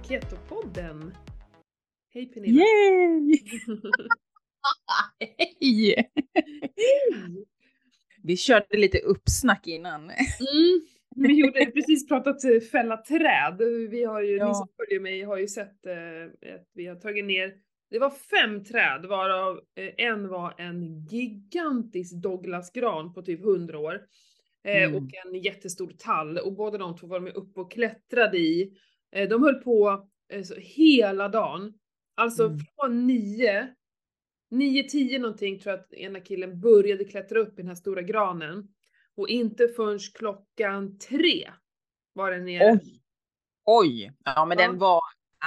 Keto-podden. Hej Pernilla. Yay! Hej! Hej! Vi körde lite uppsnack innan. Vi gjorde precis pratat fälla träd. Vi har ju, ni som Ja. följer mig har ju sett att vi har tagit ner, det var 5 träd varav en var en gigantisk Douglasgran på typ 100 år. Och en jättestor tall, och båda de två var de uppe och klättrade i. De höll på så hela dagen. Alltså från 9-10 någonting tror jag att ena killen började klättra upp i den här stora granen. Och inte förrän klockan 3 var den nere. Oj! Ja, men Ja. den var,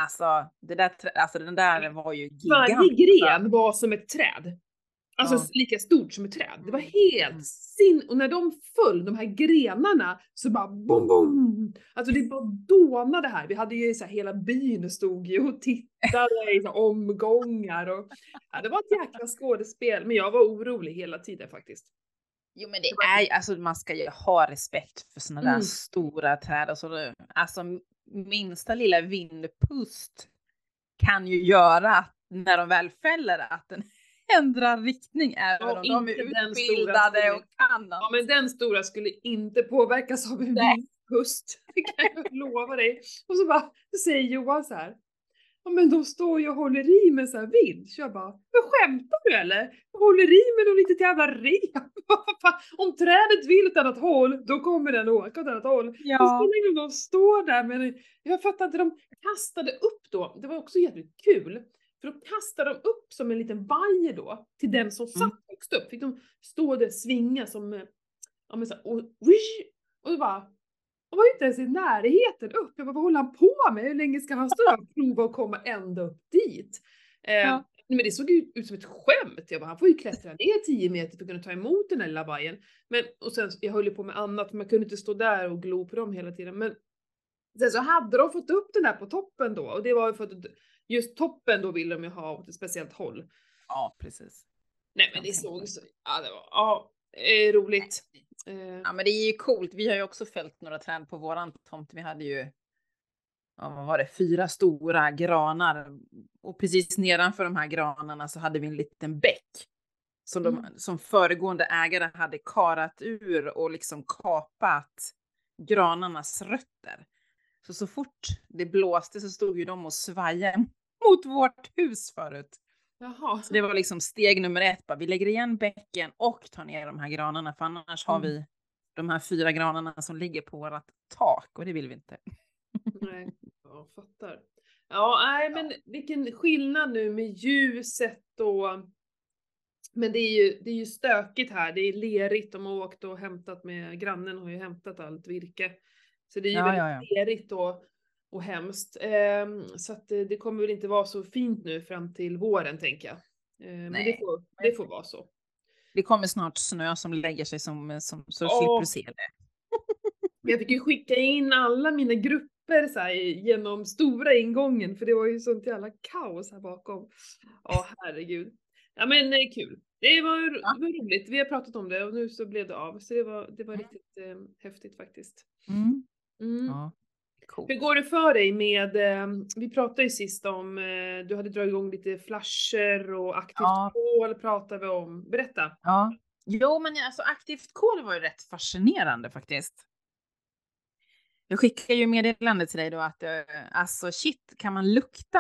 den där var ju Varje gigantisk. gren var som ett träd. Alltså Ja. lika stort som ett träd. Det var helt och när de föll, de här grenarna, så bara bom bom! Alltså det bara dånade här. Vi hade ju så här, hela byn stod ju och tittade i så här, omgångar och ja, det var ett jäkla skådespel, men jag var orolig hela tiden faktiskt. Jo, men det är alltså, man ska ju ha respekt för såna där stora träd och så. Alltså minsta lilla vindpust kan ju göra att när de väl fäller att den ändrar riktning, även om de är utbildade och kan. Ja, men den stora skulle inte påverkas av en vindpust. Det kan jag lova dig. Och så bara, så säger Johan så här. Ja, men de står ju och håller i med så här vind. Så jag bara, men skämtar du eller? Jag håller i med någon litet jävla rep. Om trädet vill åt ett annat håll, då kommer den åka åt ett annat håll. Ja. Det spelar ingen roll om de står där, men jag fattar inte, de kastade upp då. Det var också jävligt kul. För då kastade de upp som en liten vajer då, till den som satt högst upp. Fick de stå där, svinga som, ja men så här, och bara, och var inte ens i närheten upp. Jag bara, vad håller han på med? Hur länge ska han stå där och prova att komma ända upp dit? Ja. Men det såg ju ut som ett skämt. Jag bara, han får ju klättra ner 10 meter för att kunna ta emot den här lilla vajern. Men, och sen, jag höll ju på med annat, man kunde inte stå där och glo på dem hela tiden. Men sen så hade de fått upp den där på toppen då. Och det var ju för att just toppen då ville de ju ha åt ett speciellt håll. Ja, precis. Nej, men det såg så, ja det var, roligt. Ja, men det är ju coolt. Vi har ju också fällt några träd på våran tomt. Vi hade ju, vad var det, 4 stora granar. Och precis nedanför de här granarna så hade vi en liten bäck. Som föregående ägare hade karat ur och liksom kapat granarnas rötter. Så fort det blåste så stod ju de och svajade mot vårt hus förut. Jaha. Så det var liksom steg nummer 1. Bara, vi lägger igen bäcken och tar ner de här granarna. För annars har vi de här 4 granarna som ligger på vårt tak. Och det vill vi inte. Nej, jag fattar. Ja, nej men vilken skillnad nu med ljuset och... Men det är ju stökigt här. Det är lerigt. De har åkt och hämtat med... Grannen har ju hämtat allt virke. Så det är ju väldigt lerigt och hemskt. Så att det kommer väl inte vara så fint nu fram till våren, tänker jag. Men det får vara så. Det kommer snart snö som lägger sig så slipper du se det. Jag fick ju skicka in alla mina grupper så här, genom stora ingången, för det var ju sånt jävla kaos här bakom. Ja, herregud. Ja, men kul. Det var roligt. Vi har pratat om det och nu så blev det av. Så det var riktigt häftigt faktiskt. Ja, cool. Hur går det för dig med, vi pratade ju sist om, du hade dragit igång lite flasher och aktivt kol pratade vi om. Berätta. Ja. Jo, men alltså aktivt kol var ju rätt fascinerande faktiskt. Jag skickar ju meddelande till dig då att alltså shit, kan man lukta?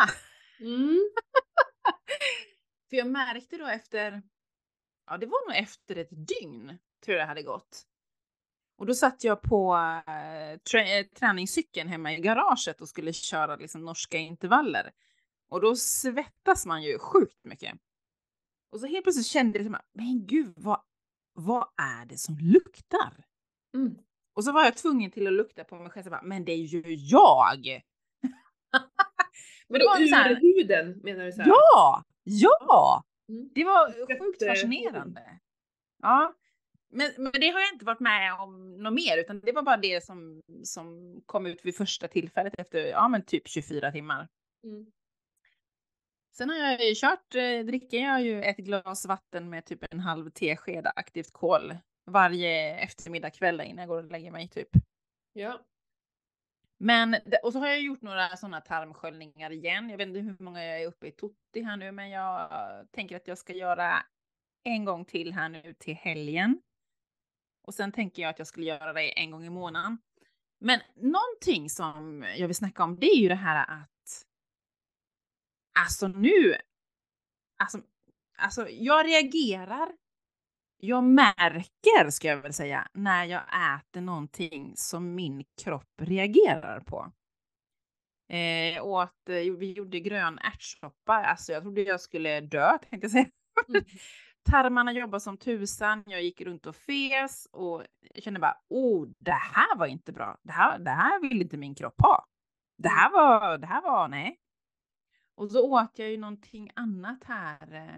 För jag märkte då efter, det var nog efter ett dygn tror jag det hade gått. Och då satt jag på träningscykeln hemma i garaget och skulle köra liksom norska intervaller. Och då svettas man ju sjukt mycket. Och så helt plötsligt kände jag liksom, men gud, vad är det som luktar? Och så var jag tvungen till att lukta på mig själv och bara, men det är ju jag! Men då ur huden menar du så här? Ja! Det var sjukt fascinerande. Ja. Men det har jag inte varit med om något mer, utan det var bara det som kom ut vid första tillfället efter typ 24 timmar. Sen har jag ju dricker jag ju ett glas vatten med typ en halv tesked aktivt kol varje eftermiddag kväll innan jag går och lägger mig typ. Ja. Men, och så har jag gjort några sådana tarmsköljningar igen. Jag vet inte hur många jag är uppe i Tutti här nu, men jag tänker att jag ska göra en gång till här nu till helgen. Och sen tänker jag att jag skulle göra det en gång i månaden. Men någonting som jag vill snacka om, det är ju det här att alltså nu, alltså jag reagerar, jag märker ska jag väl säga, när jag äter någonting som min kropp reagerar på. Vi gjorde grön ärtsoppa, alltså jag trodde jag skulle dö, tänkte jag säga. Tarmarna jobbar som tusan, jag gick runt och fes och jag kände bara, det här var inte bra. Det här vill inte min kropp ha. Det här var, nej. Och så åt jag ju någonting annat här.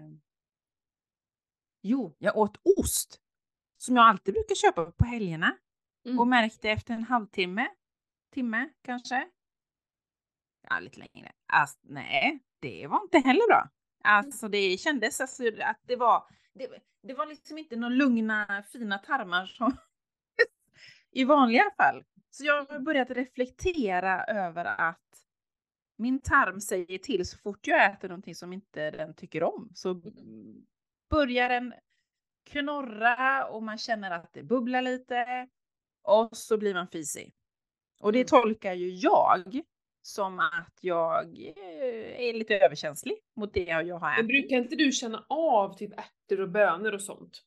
Jag åt ost. Som jag alltid brukar köpa på helgerna. Och märkte efter en timme kanske. Ja, lite längre. Alltså, nej, det var inte heller bra. Alltså det kändes alltså att det var liksom inte några lugna, fina tarmar som i vanliga fall. Så jag har börjat reflektera över att min tarm säger till så fort jag äter någonting som inte den tycker om. Så börjar den knorra och man känner att det bubblar lite. Och så blir man fisig. Och det tolkar ju jag som att jag är lite överkänslig mot det jag har ätit. Men brukar inte du känna av typ ärtor och bönor och sånt?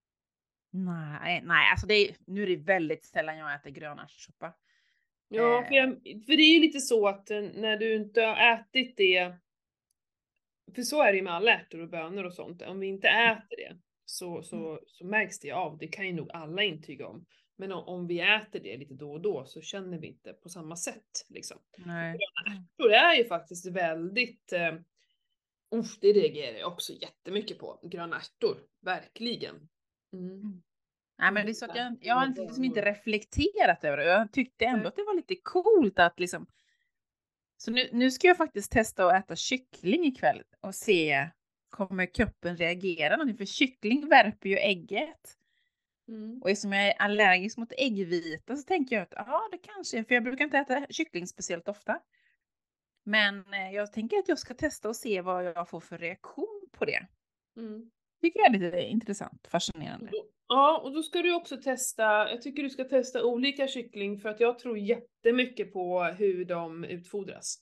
Nej, alltså nu är det väldigt sällan jag äter grön ärtsoppa. Ja, för det är ju lite så att när du inte har ätit det, för så är det ju med alla ärtor och bönor och sånt, om vi inte äter det så märks det av, det kan ju nog alla intyga om. Men om vi äter det lite då och då så känner vi inte på samma sätt liksom. Nej. Gröna ärtor är ju faktiskt väldigt, det reagerar jag också jättemycket på, gröna ärtor, verkligen. Nej, men det är så att jag har liksom inte reflekterat över det. Jag tyckte ändå att det var lite coolt att liksom. Så nu ska jag faktiskt testa att äta kyckling ikväll och se, kommer kroppen reagera någonting? För kyckling värper ju ägget. Och eftersom jag är allergisk mot äggvita så tänker jag att det kanske är, för jag brukar inte äta kyckling speciellt ofta. Men jag tänker att jag ska testa och se vad jag får för reaktion på det. Tycker jag är lite intressant, fascinerande. Ja, och då ska du också testa, jag tycker du ska testa olika kyckling för att jag tror jättemycket på hur de utfodras.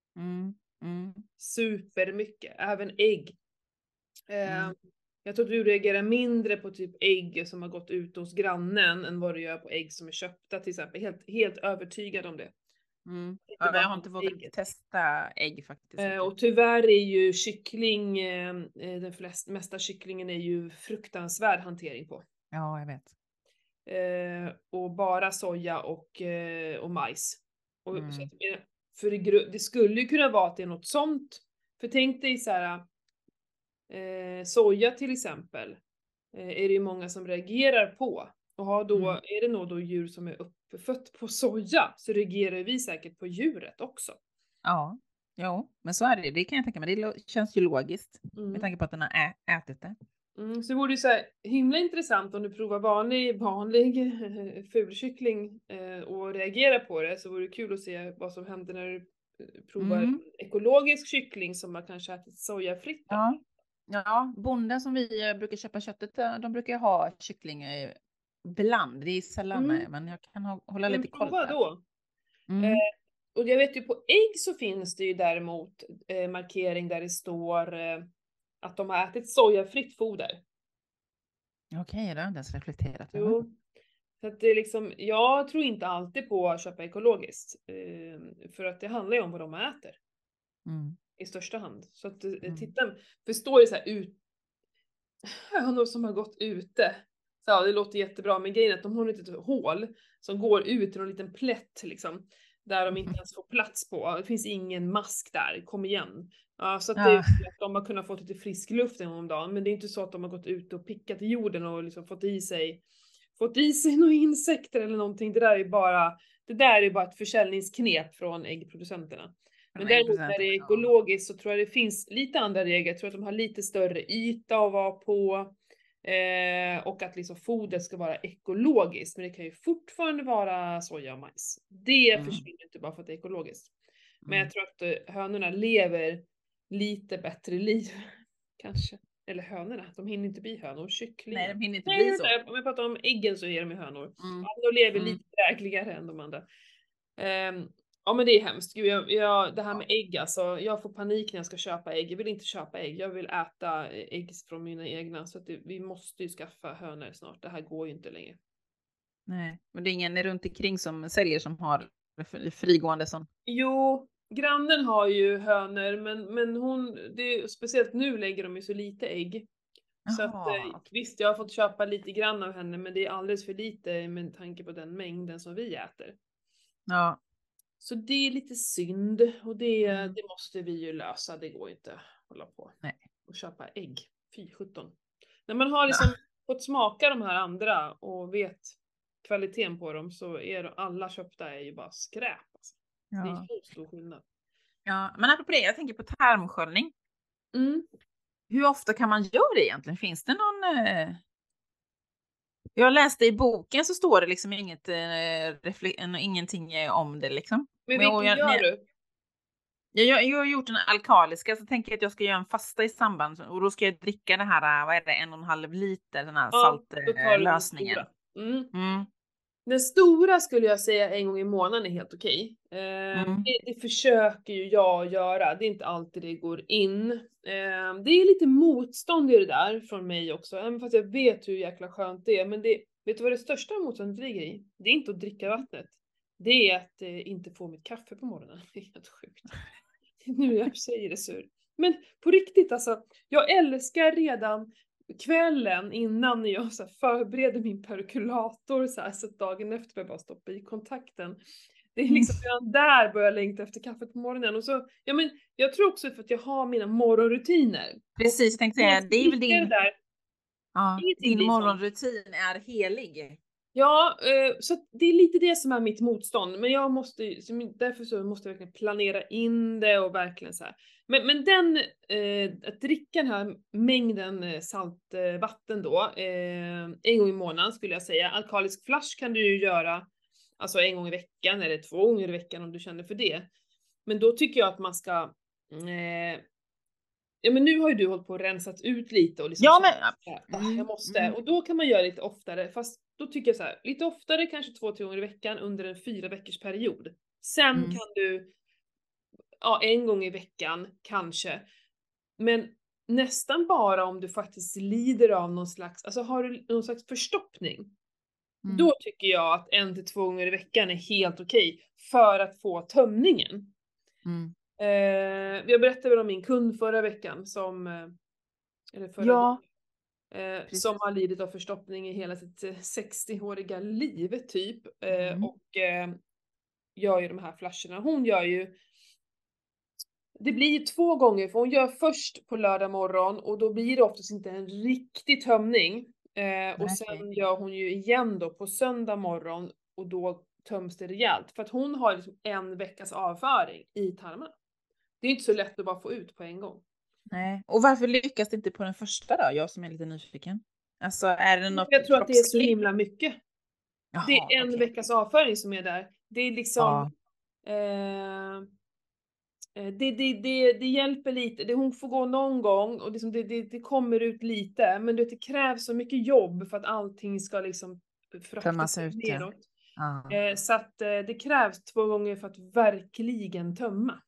Supermycket, även ägg. Jag tror att du reagerar mindre på typ ägg som har gått ut hos grannen än vad du gör på ägg som är köpta till exempel. Helt övertygad om det. Ja, jag har inte vågat testa ägg faktiskt. Och tyvärr är ju kyckling, den mesta kycklingen är ju fruktansvärd hantering på. Ja, jag vet. Och bara soja och majs. Och, för det skulle ju kunna vara att det är något sånt. För tänk dig så här, soja till exempel, är det ju många som reagerar på. Och är det nog då djur som är uppfött på soja så reagerar vi säkert på djuret också. Ja, men så är det. Det kan jag tänka mig. Det känns ju logiskt med tanke på att den har ätit det. Så det vore ju så här himla intressant om du provar vanlig fulkyckling och reagerar på det, så vore det kul att se vad som händer när du provar ekologisk kyckling som har kanske ätit sojafritt. Ja, bonden som vi brukar köpa köttet, de brukar ha kyckling bland. Det är sällan men jag kan hålla lite koll på det. Då. Och jag vet ju på ägg så finns det ju däremot markering där det står att de har ätit sojafritt foder. Okej, det har jag inte ens reflekterat. Jo. Så att det är liksom, jag tror inte alltid på att köpa ekologiskt. För att det handlar ju om vad de äter. I största hand. Så att titta, förstår det så här någon som har gått ute. Så det låter jättebra, men grejen är att de har ett hål som går ut i en liten plätt liksom. Där de inte ens får plats på. Det finns ingen mask där, kom igen. Ja, så att det är att de har kunnat få lite frisk luft en gång om dagen. Men det är inte så att de har gått ut och pickat i jorden och liksom fått i sig några insekter eller någonting. Det där är bara ett försäljningsknep från äggproducenterna. Men däremot när det är ekologiskt så tror jag det finns lite andra regler. Jag tror att de har lite större yta att vara på. Och att liksom fodret ska vara ekologiskt, men det kan ju fortfarande vara soja och majs. Det försvinner inte bara för att det är ekologiskt. Men jag tror att hönorna lever lite bättre liv, kanske. Eller hönorna, de hinner inte bli hönor. Kycklingar. Nej, de hinner inte Nej, bli så. om jag pratar om äggen så är de ju hönor. Mm. Ja, de lever lite drägligare än de andra. Ja men det är hemskt. Gud, det här med ägg alltså, jag får panik när jag ska köpa ägg. Jag vill inte köpa ägg, jag vill äta ägg från mina egna. Så att vi måste ju skaffa hönor snart, det här går ju inte längre. Nej, men det är ingen runt omkring som säljer som har frigående sån. Jo, grannen har ju hönor, men speciellt nu lägger de ju så lite ägg. Så att visst, jag har fått köpa lite grann av henne, men det är alldeles för lite med tanke på den mängden som vi äter. Ja. Så det är lite synd, och det måste vi ju lösa, det går inte att hålla på och köpa ägg. Fy 17. När man har liksom fått smaka de här andra och vet kvaliteten på dem, så är alla köpta är ju bara skräp. Alltså. Det är så stor skillnad. Ja, men apropå det, jag tänker på tarmsköljning. Hur ofta kan man göra det egentligen? Finns det någon... Jag läste i boken så står det liksom ingenting om det liksom. Men vilken gör du? Jag har gjort en alkaliska, så tänker jag att jag ska göra en fasta i samband, och då ska jag dricka det här, vad är det, 1,5 liter den här saltlösningen. Den stora skulle jag säga en gång i månaden är helt okej. Det försöker ju jag göra, det är inte alltid det går in. Det är lite motstånd i det där från mig också, även fast jag vet hur jäkla skönt det är. Men vet du vad det största motståndet ligger i? Det är inte att dricka vattnet. Det är att inte få mitt kaffe på morgonen. Det är helt sjukt. Nu jag säger det sur. Men på riktigt alltså, jag älskar redan kvällen innan jag så här förbereder min perkulator så att dagen efter jag bara stoppa i kontakten. Det är liksom redan där börjar jag längta efter kaffet på morgonen. Och så, ja men jag tror också för att jag har mina morgonrutiner. Precis, tänkte säga, det är väl din... Där, din morgonrutin är helig. Ja, så det är lite det som är mitt motstånd. Men därför så måste jag verkligen planera in det och verkligen så här. Men att dricka den här mängden saltvatten då, en gång i månaden skulle jag säga. Alkalisk flash kan du ju göra alltså en gång i veckan eller 2 gånger i veckan om du känner för det. Men då tycker jag att man ska... Ja men nu har ju du hållit på och rensat ut lite och liksom jag måste. Och då kan man göra lite oftare, fast då tycker jag så här, lite oftare, kanske 2-3 gånger i veckan under en 4 veckors period. Sen kan du, en gång i veckan kanske. Men nästan bara om du faktiskt lider av någon slags, alltså har du någon slags förstoppning. Då tycker jag att 1-2 gånger i veckan är helt okej för att få tömningen. Jag berättade väl om min kund förra veckan som har lidit av förstoppning i hela sitt 60-åriga liv typ. Och gör ju de här flasherna. Hon gör ju, det blir ju 2 gånger, för hon gör först på lördag morgon och då blir det oftast inte en riktig tömning. Och sen gör hon ju igen då på söndag morgon och då töms det rejält. För att hon har liksom 1 veckas avföring i tarmarna. Det är inte så lätt att bara få ut på en gång. Nej. Och varför lyckas det inte på den första då? Jag som är lite nyfiken. Alltså är det något... Jag tror att det är så himla mycket. Jaha, det är 1 veckas avföring som är där. Det är liksom... Det hjälper lite. Hon får gå någon gång och liksom det kommer ut lite. Men det krävs så mycket jobb för att allting ska liksom fraktas neråt. Så att det krävs 2 gånger för att verkligen tömma.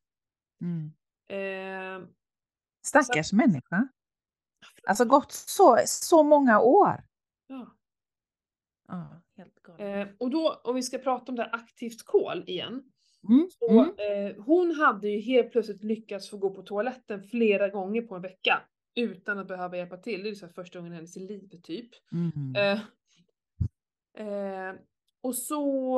Stackars människa. Alltså gått så många år. Ja, helt galet. Och då, om vi ska prata om det här aktivt kol igen. Hon hade ju helt plötsligt lyckats få gå på toaletten flera gånger på en vecka. Utan att behöva hjälpa till. Det är så här första gången i hennes liv typ. Och så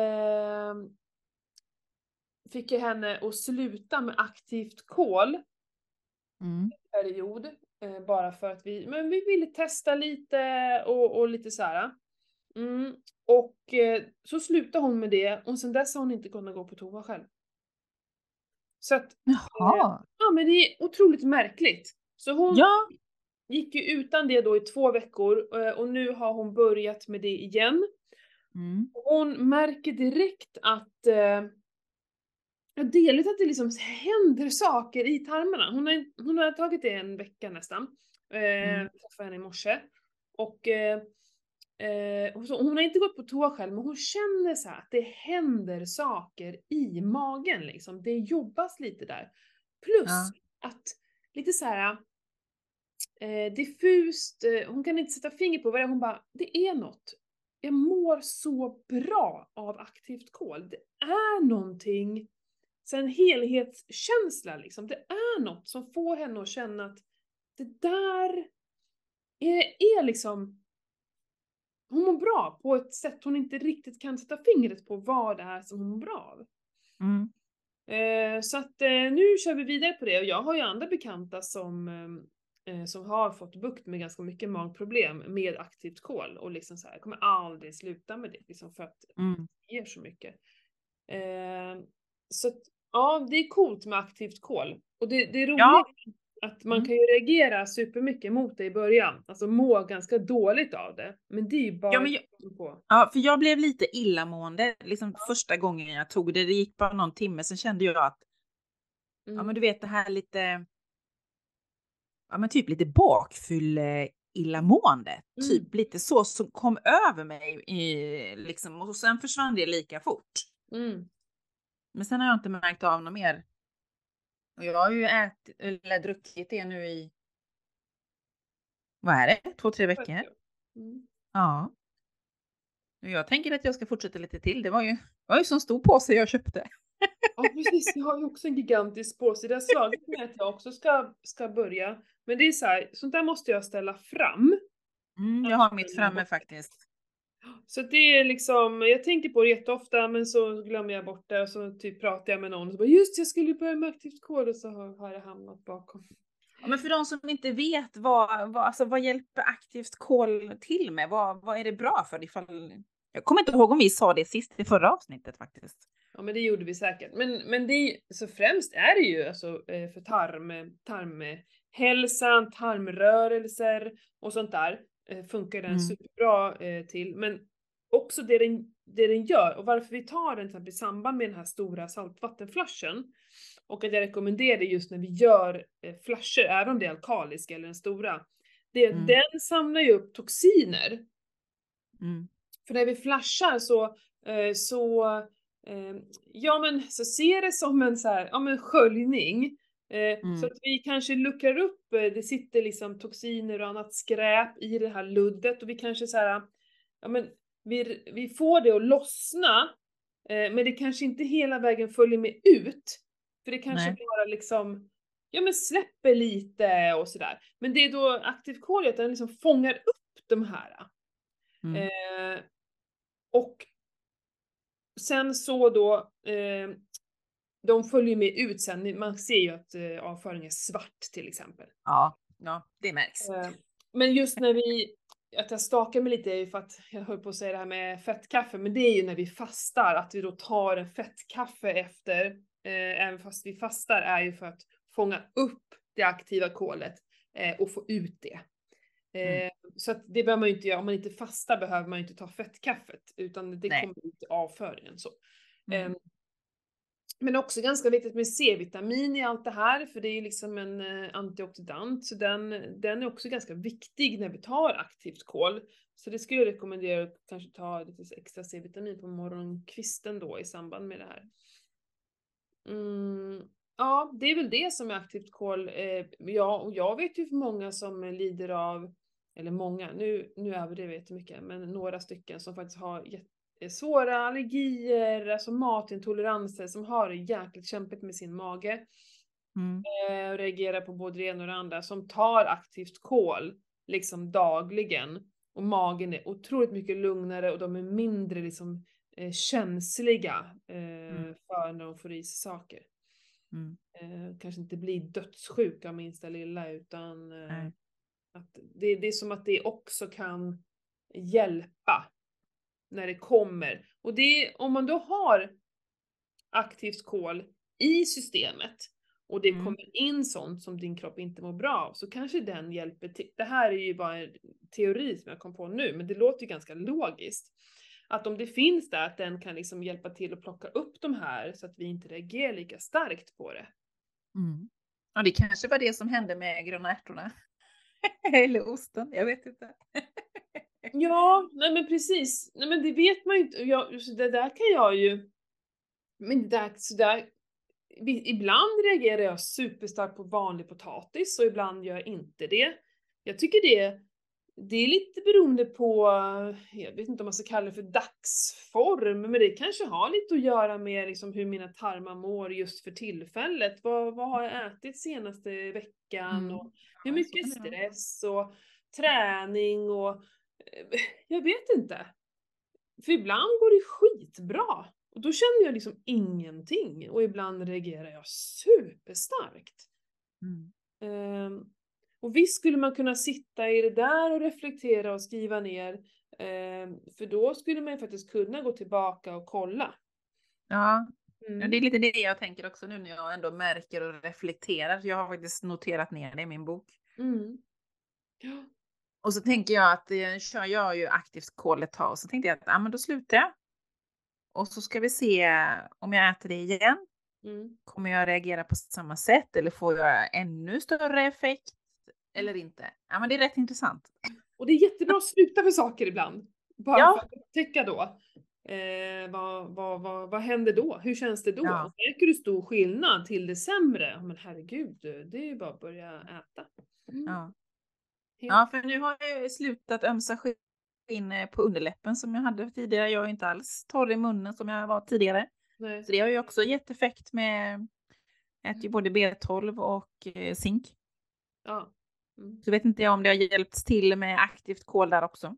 fick jag henne att sluta med aktivt kol en period. Bara för att vi ville testa lite och lite så här. Och så slutade hon med det och sen dess har hon inte kunnat gå på toa själv. Så att, men det är otroligt märkligt. Så gick ju utan det då i 2 veckor och nu har hon börjat med det igen. Mm. Hon märker direkt att delvis att det liksom händer saker i tarmarna. Hon har tagit det en vecka nästan. Mm. Träffade henne i morse. Och hon har inte gått på toa själv, men hon känner så här att det händer saker i magen liksom. Det jobbas lite där. Plus Ja. att lite så här diffust, hon kan inte sätta finger på vad det är, hon bara, det är något. Jag mår så bra av aktivt kol. Det är någonting, så en helhetskänsla liksom. Det är något som får henne att känna att det där är liksom, hon mår bra på ett sätt hon inte riktigt kan sätta fingret på vad det är som hon mår bra av. Mm. Så att nu kör vi vidare på det, och jag har ju andra bekanta som har fått bukt med ganska mycket magproblem med aktivt kol, och liksom så här, jag kommer aldrig sluta med det liksom, för att det ger så mycket. Så att, ja, det är coolt med aktivt kol, och det är roligt. Ja. Att man kan ju reagera supermycket mot det i början, alltså må ganska dåligt av det, men det är ju bara Ja, men ja, för jag blev lite illamående liksom första gången jag tog det. Det gick bara någon timme, sen kände jag att ja, men du vet det här lite, ja men typ lite bakfylle illamående, typ lite så som kom över mig liksom, och sen försvann det lika fort. Men sen har jag inte märkt av något mer. Och jag har ju druckit det nu i, vad är det? 2-3 veckor. Ja. Och jag tänker att jag ska fortsätta lite till. Det var ju så stor påse jag köpte. Ja precis, jag har ju också en gigantisk påse. Det har slagit mig att jag också ska börja. Men det är så här, sånt där måste jag ställa fram. Jag har mitt framme faktiskt. Så det är liksom, jag tänker på det jätteofta, men så glömmer jag bort det, och så typ pratar jag med någon och så bara, just jag skulle börja med aktivt kol, och så har jag hamnat bakom. Ja, men för de som inte vet, vad hjälper aktivt kol till med? Vad är det bra för? Jag kommer inte ihåg om vi sa det sist i förra avsnittet faktiskt. Ja men det gjorde vi säkert. Men det är, så främst är det ju alltså för tarmhälsan, tarmrörelser och sånt där. Funkar den superbra till. Men också det den gör, och varför vi tar den till exempel i samband med den här stora saltvattenflashen. Och att jag rekommenderar det just när vi gör flasher, även om det är alkaliska eller den stora. Den samlar ju upp toxiner. För när vi flashar så ja men så ser det som en så här, ja men sköljning. Så att vi kanske luckrar upp, det sitter liksom toxiner och annat skräp i det här luddet, och vi kanske så här, ja men vi får det att lossna, men det kanske inte hela vägen följer med ut. För det kanske bara liksom, ja men släpper lite och sådär. Men det är då aktivt kol att den liksom fångar upp de här. Och sen så då, de följer med ut sen, man ser ju att avföringen är svart till exempel. Ja, det märks. Men just när att jag stakar mig lite är ju för att jag höll på att säga det här med fettkaffe, men det är ju när vi fastar, att vi då tar en fettkaffe efter, även fast vi fastar, är ju för att fånga upp det aktiva kolet och få ut det. Så att det behöver man ju inte göra, om man inte fastar behöver man ju inte ta fettkaffet, utan det kommer ut i avföringen så. Men också ganska viktigt med C-vitamin i allt det här, för det är ju liksom en antioxidant, så den är också ganska viktig när vi tar aktivt kol. Så det skulle jag rekommendera att kanske ta lite extra C-vitamin på morgonkvisten då i samband med det här. Ja, det är väl det som är aktivt kol. Ja, och jag vet ju för många som lider av, eller många, nu överdriver jag jättemycket, men några stycken som faktiskt har svåra allergier, alltså matintoleranser, som har det jäkligt kämpigt med sin mage. Och reagerar på både det ena och det andra, som tar aktivt kol liksom dagligen. Och magen är otroligt mycket lugnare, och de är mindre liksom känsliga för när de får i sig saker. Kanske inte blir dödssjuka minsta lilla, utan att det är som att det också kan hjälpa när det kommer. Och det, om man då har aktivt kol i systemet och det kommer in sånt som din kropp inte mår bra av, så kanske den hjälper till. Det här är ju bara en teori som jag kom på nu, men det låter ju ganska logiskt. Att om det finns där, att den kan liksom hjälpa till att plocka upp de här så att vi inte reagerar lika starkt på det. Ja, det kanske var det som hände med gröna ärtorna. Eller osten, jag vet inte. Ja, nej men precis. Nej men det vet man ju inte. Så det där kan jag ju... Men det där, så där, ibland reagerar jag superstarkt på vanlig potatis och ibland gör jag inte det. Jag tycker det är lite beroende på, jag vet inte om man ska kalla det för dagsform, men det kanske har lite att göra med liksom hur mina tarmar mår just för tillfället. Vad har jag ätit senaste veckan och hur mycket stress och träning och jag vet inte. För ibland går det skitbra och då känner jag liksom ingenting och ibland reagerar jag superstarkt. Och visst skulle man kunna sitta i det där och reflektera och skriva ner, för då skulle man ju faktiskt kunna gå tillbaka och kolla. Ja, det är lite det jag tänker också nu när jag ändå märker och reflekterar. Jag har faktiskt noterat ner det i min bok. Ja. Och så tänker jag att kör jag ju aktivt kol ett tag, och så tänkte jag att men då slutar jag. Och så ska vi se om jag äter det igen. Kommer jag reagera på samma sätt eller får jag ännu större effekt eller inte? Ja, men det är rätt intressant. Och det är jättebra att sluta för saker ibland. Bara för att upptäcka då. Vad händer då? Hur känns det då? Ja. Märker du stor skillnad till det sämre? Men herregud, det är ju bara att börja äta. Ja, för nu har jag slutat ömsa skinn på underläppen som jag hade tidigare. Jag är inte alls torr i munnen som jag var tidigare. Nej. Så det har ju också gett effekt med äter ju både B12 och zink. Ja. Så vet inte jag om det har hjälpt till med aktivt kol där också.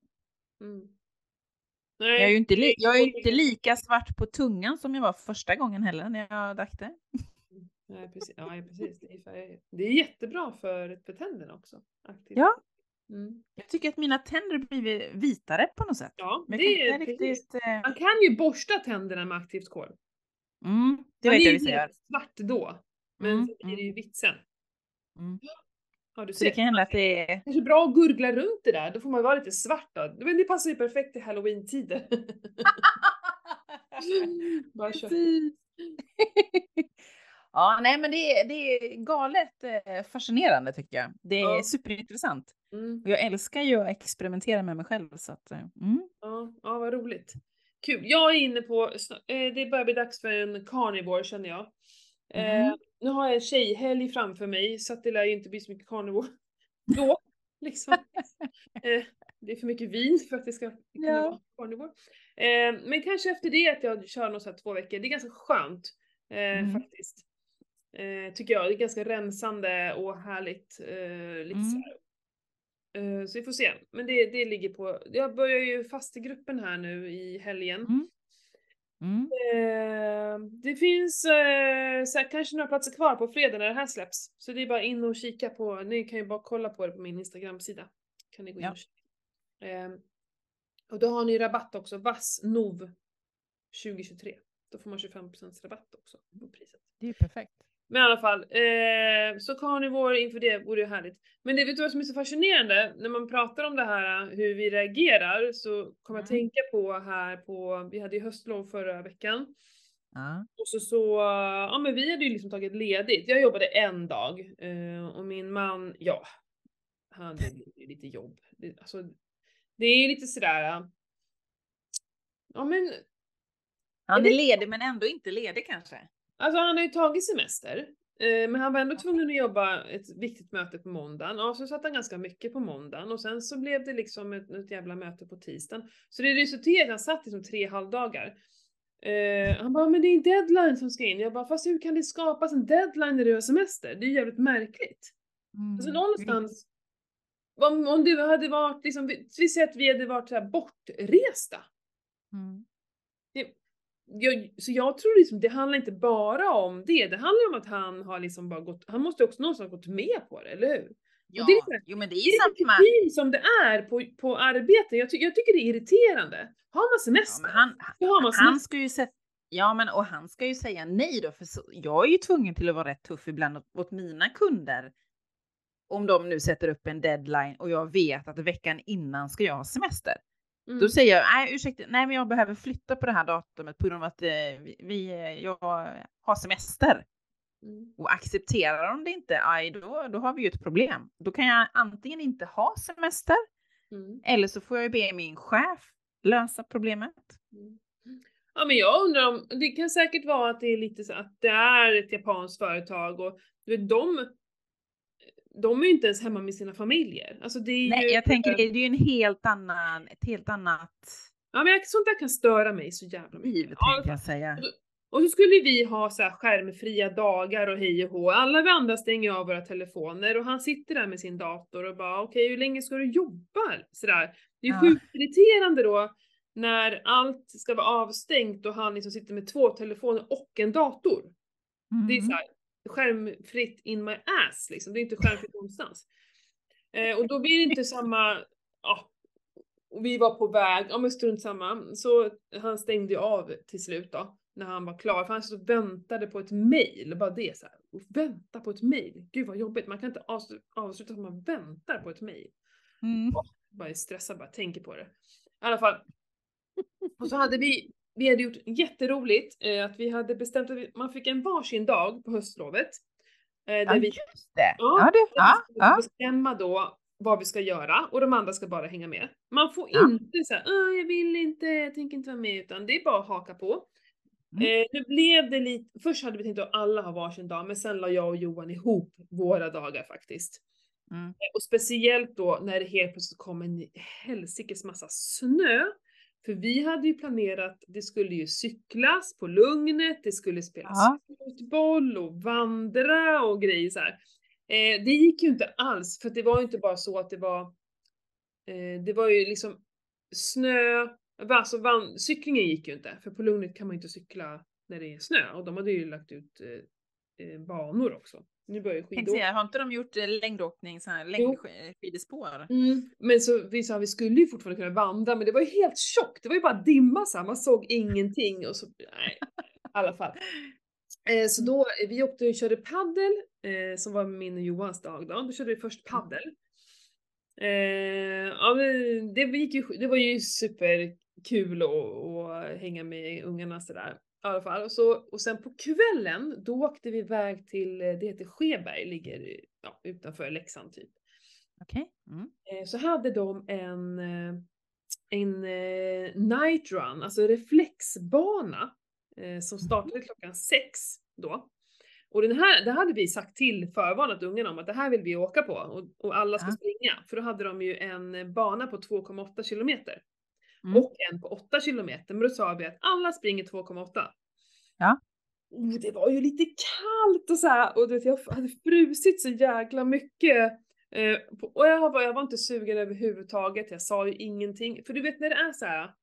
Nej, jag är ju inte lika svart på tungan som jag var första gången heller när jag drack det. Nej, precis. Ja, precis. Det är jättebra för tänderna också. Aktivt. Ja. Jag tycker att mina tänder blir vitare på något sätt. Ja, men det är riktigt. Man kan ju borsta tänderna med aktivt kol. Det vet jag vi säger. Svart då. Men så blir det ju vitt sen. Ja, du ser. Så det kan hända att det är... Det är så bra att gurgla runt det där. Då får man vara lite svart då. Men det passar ju perfekt till Halloween-tider. Bara kör. Ja, nej men det är galet fascinerande tycker jag. Det är superintressant. Och jag älskar ju att experimentera med mig själv. Så att, Ja, vad roligt. Kul. Jag är inne på, det börjar bli dags för en carnivore känner jag. Nu har jag en tjejhelg framför mig så att det lär ju inte bli så mycket carnivore då. Liksom. Det är för mycket vin för att det ska kunna vara carnivore. Men kanske efter det att jag kör något så här 2 veckor. Det är ganska skönt faktiskt. Tycker jag. Det är ganska rensande och härligt. Lite så här. Så vi får se. Men det ligger på. Jag börjar ju fast i gruppen här nu i helgen. Det finns så här, kanske några platser kvar på fredag när det här släpps. Så det är bara in och kika på. Ni kan ju bara kolla på det på min Instagram-sida. Kan ni gå in och kika. Och då har ni rabatt också. VASSNOV 2023. Då får man 25% rabatt också på priset. Det är perfekt. Men i alla fall, så carnivore inför det vore ju härligt. Men det vet du vad som är så fascinerande? När man pratar om det här, hur vi reagerar, så kommer jag tänka på vi hade ju höstlov förra veckan. Och ja men vi hade ju liksom tagit ledigt. Jag jobbade en dag. Och min man, han hade ju lite jobb. Det är lite sådär, ja men... Han är ledig men ändå inte ledig kanske. Alltså han har ju tagit semester, men han var ändå tvungen att jobba ett viktigt möte på måndagen. Ja, så satt han ganska mycket på måndagen och sen så blev det liksom ett jävla möte på tisdagen. Så det resulterade att han satt liksom 3 halvdagar. Han bara, men det är en deadline som ska in. Jag bara, fast hur kan det skapas en deadline när du har semester? Det är ju jävligt märkligt. Alltså någonstans, om det hade varit liksom, vi säger att vi hade varit så här bortresta. Så jag tror liksom, det handlar inte bara om det. Det handlar om att han har liksom bara gått, han måste också någonstans gått med på det, eller hur? Ja, och det är jo men det är ju samma. Som det är på arbete. Jag tycker det är irriterande. Har man semester, så har man semester. Han ska ju Ja, men och han ska ju säga nej då, för jag är ju tvungen till att vara rätt tuff ibland åt mina kunder. Om de nu sätter upp en deadline och jag vet att veckan innan ska jag ha semester. Då säger jag, nej ursäkta, nej men jag behöver flytta på det här datumet på grund av att jag har semester. Och accepterar de det inte, då har vi ju ett problem. Då kan jag antingen inte ha semester, eller så får jag ju be min chef lösa problemet. Ja, men jag undrar om, det kan säkert vara att det är lite så att det är ett japanskt företag och du vet, de är ju inte ens hemma med sina familjer. Alltså det är Nej, ju... jag tänker det är ju ett helt annat Ja, men sånt där kan störa mig så jävla mycket. liv, tänkte jag säga. Och så skulle vi ha så här skärmfria dagar och hej och hå. Alla vi andra stänger av våra telefoner och han sitter där med sin dator och bara okej, hur länge ska du jobba? Sådär. Det är ju sjukt irriterande då när allt ska vara avstängt och han liksom sitter med 2 telefoner och en dator. Det är så här, skärmfritt in my ass liksom. Det är inte skärmfritt någonstans. Och då blir det inte samma, och vi var på väg, men strunt samma. Så han stängde ju av till slut då, när han var klar. För han så väntade på ett mejl, bara det så här. Och vänta på ett mejl. Gud vad jobbigt, man kan inte avsluta som man väntar på ett mejl. Bara är stressad, bara tänker på det. I alla fall. Och så hade vi hade gjort jätteroligt, att vi hade bestämt att man fick en varsin dag på höstlovet. Där vi, just det. vi ska bestämma då vad vi ska göra och de andra ska bara hänga med. Man får inte säga, jag vill inte, jag tänker inte vara med, utan det är bara att haka på. Nu blev det lite, först hade vi tänkt att alla har varsin dag, men sen la jag och Johan ihop våra dagar faktiskt. Och speciellt då när det helt plötsligt kom en helsikes massa snö. För vi hade ju planerat, det skulle ju cyklas på Lugnet, det skulle spelas fotboll och vandra och grejer så här. Det gick ju inte alls, för det var ju inte bara så att det var ju liksom snö, alltså cyklingen gick ju inte, för på Lugnet kan man ju inte cykla när det är snö, och de hade ju lagt ut banor också. Nu börjar skidåkning. Har inte de gjort längdåkning, så här längdskidspår? Men så vi sa vi skulle ju fortfarande kunna vandra, men det var ju helt tjockt, det var ju bara dimma så här, man såg ingenting och så, nej, i alla fall. Så då, vi åkte och körde paddel, som var min och Johans dag då körde vi först paddel. Ja, det var ju superkul att hänga med ungarna sådär. I alla fall. Och sen på kvällen, då åkte vi iväg till, det heter Skeberg, ligger utanför Leksand typ. Okej. Så hade de en night run, alltså reflexbana, som startade klockan 6 då. Och det hade vi sagt till förvarnat ungarna om att det här vill vi åka på och alla ska springa. För då hade de ju en bana på 2,8 kilometer. Och en på 8 kilometer. Men då sa vi att alla springer 2,8. Ja. Det var ju llite kallt och så här. Och du vet, jag hade frusit så jäkla mycket. Och jag var inte sugen överhuvudtaget. Jag sa ju ingenting. För du vet när det är så här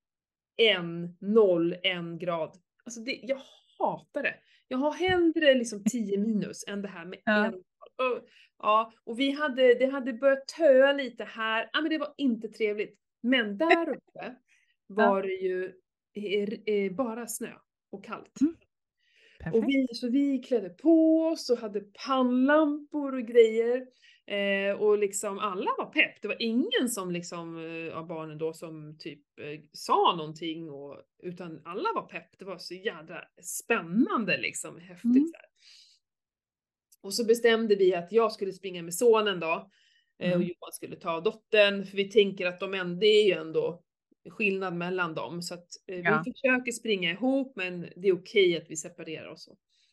1 grad. Alltså jag hatar det. Jag har hellre liksom 10 minus än det här med 1 grad. Ja, och det hade börjat töa lite här. Ja, men det var inte trevligt. Men där uppe var det ju bara snö och kallt. Och vi klädde på oss och hade pannlampor och grejer. Och liksom alla var pepp. Det var ingen som liksom av barnen då som typ sa någonting, utan alla var pepp. Det var så jävla spännande liksom, häftigt så här. Och så bestämde vi att jag skulle springa med sonen då. Och Johan skulle ta dottern, för vi tänker att det är ju ändå skillnad mellan dem. Så att vi försöker springa ihop, men det är okej att vi separerar oss.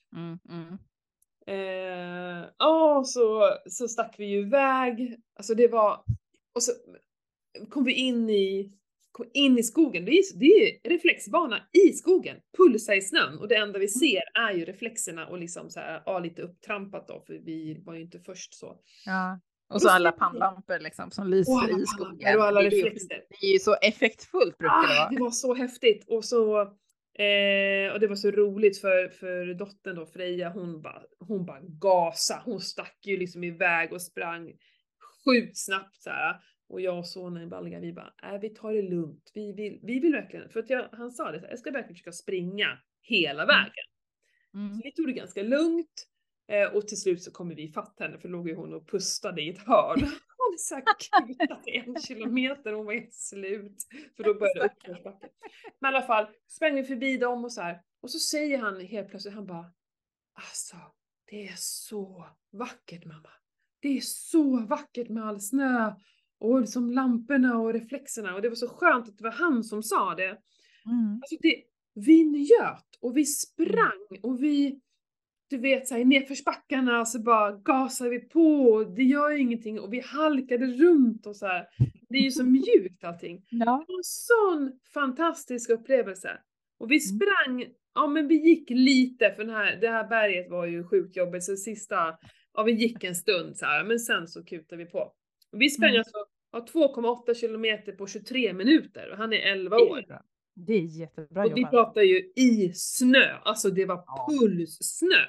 Så stack vi ju iväg. Alltså det var, och så kom vi in i skogen. Det är reflexbana i skogen, pulsa i snön, och det enda vi ser är ju reflexerna och liksom så här, lite upptrampat då, för vi var ju inte först så. Ja. Och så alla pannlampor liksom som lyser i skogen. Och alla reflexer. Det är ju så effektfullt brukar det vara. Det var så häftigt. Och det var så roligt för dottern då, Freja, hon bara gasa. Hon stack ju liksom iväg och sprang sjukt snabbt så här. Och jag och sonen Balga, vi bara, vi tar det lugnt. Vi vill verkligen, för att han sa det så här, jag ska verkligen försöka springa hela vägen. Mm. Så vi tog det ganska lugnt. Och till slut så kommer vi ifatt henne, för låg ju hon och pustade i ett hörn. Hon hade så här kutat 1 kilometer, hon var helt slut. För då började uppförsbacken. Men i alla fall sprang vi förbi dem och så här. Och så säger han helt plötsligt, han bara, alltså det är så vackert mamma. Det är så vackert med all snö. Och liksom lamporna och reflexerna. Och det var så skönt att det var han som sa det. Mm. Alltså vi njöt och vi sprang och vi, du vet såhär, nedförsbackarna så bara gasade vi på och det gör ju ingenting och vi halkade runt och så här. Det är ju så mjukt allting. Ja. Det var en sån fantastisk upplevelse. Och vi sprang, ja men vi gick lite för det här berget var ju sjukt jobbigt så ja vi gick en stund så här, men sen så kutade vi på. Och vi sprang alltså 2,8 kilometer på 23 minuter och han är 11 år. Det är jättebra och jobbat. vi pratar ju i snö, alltså det var pulssnö.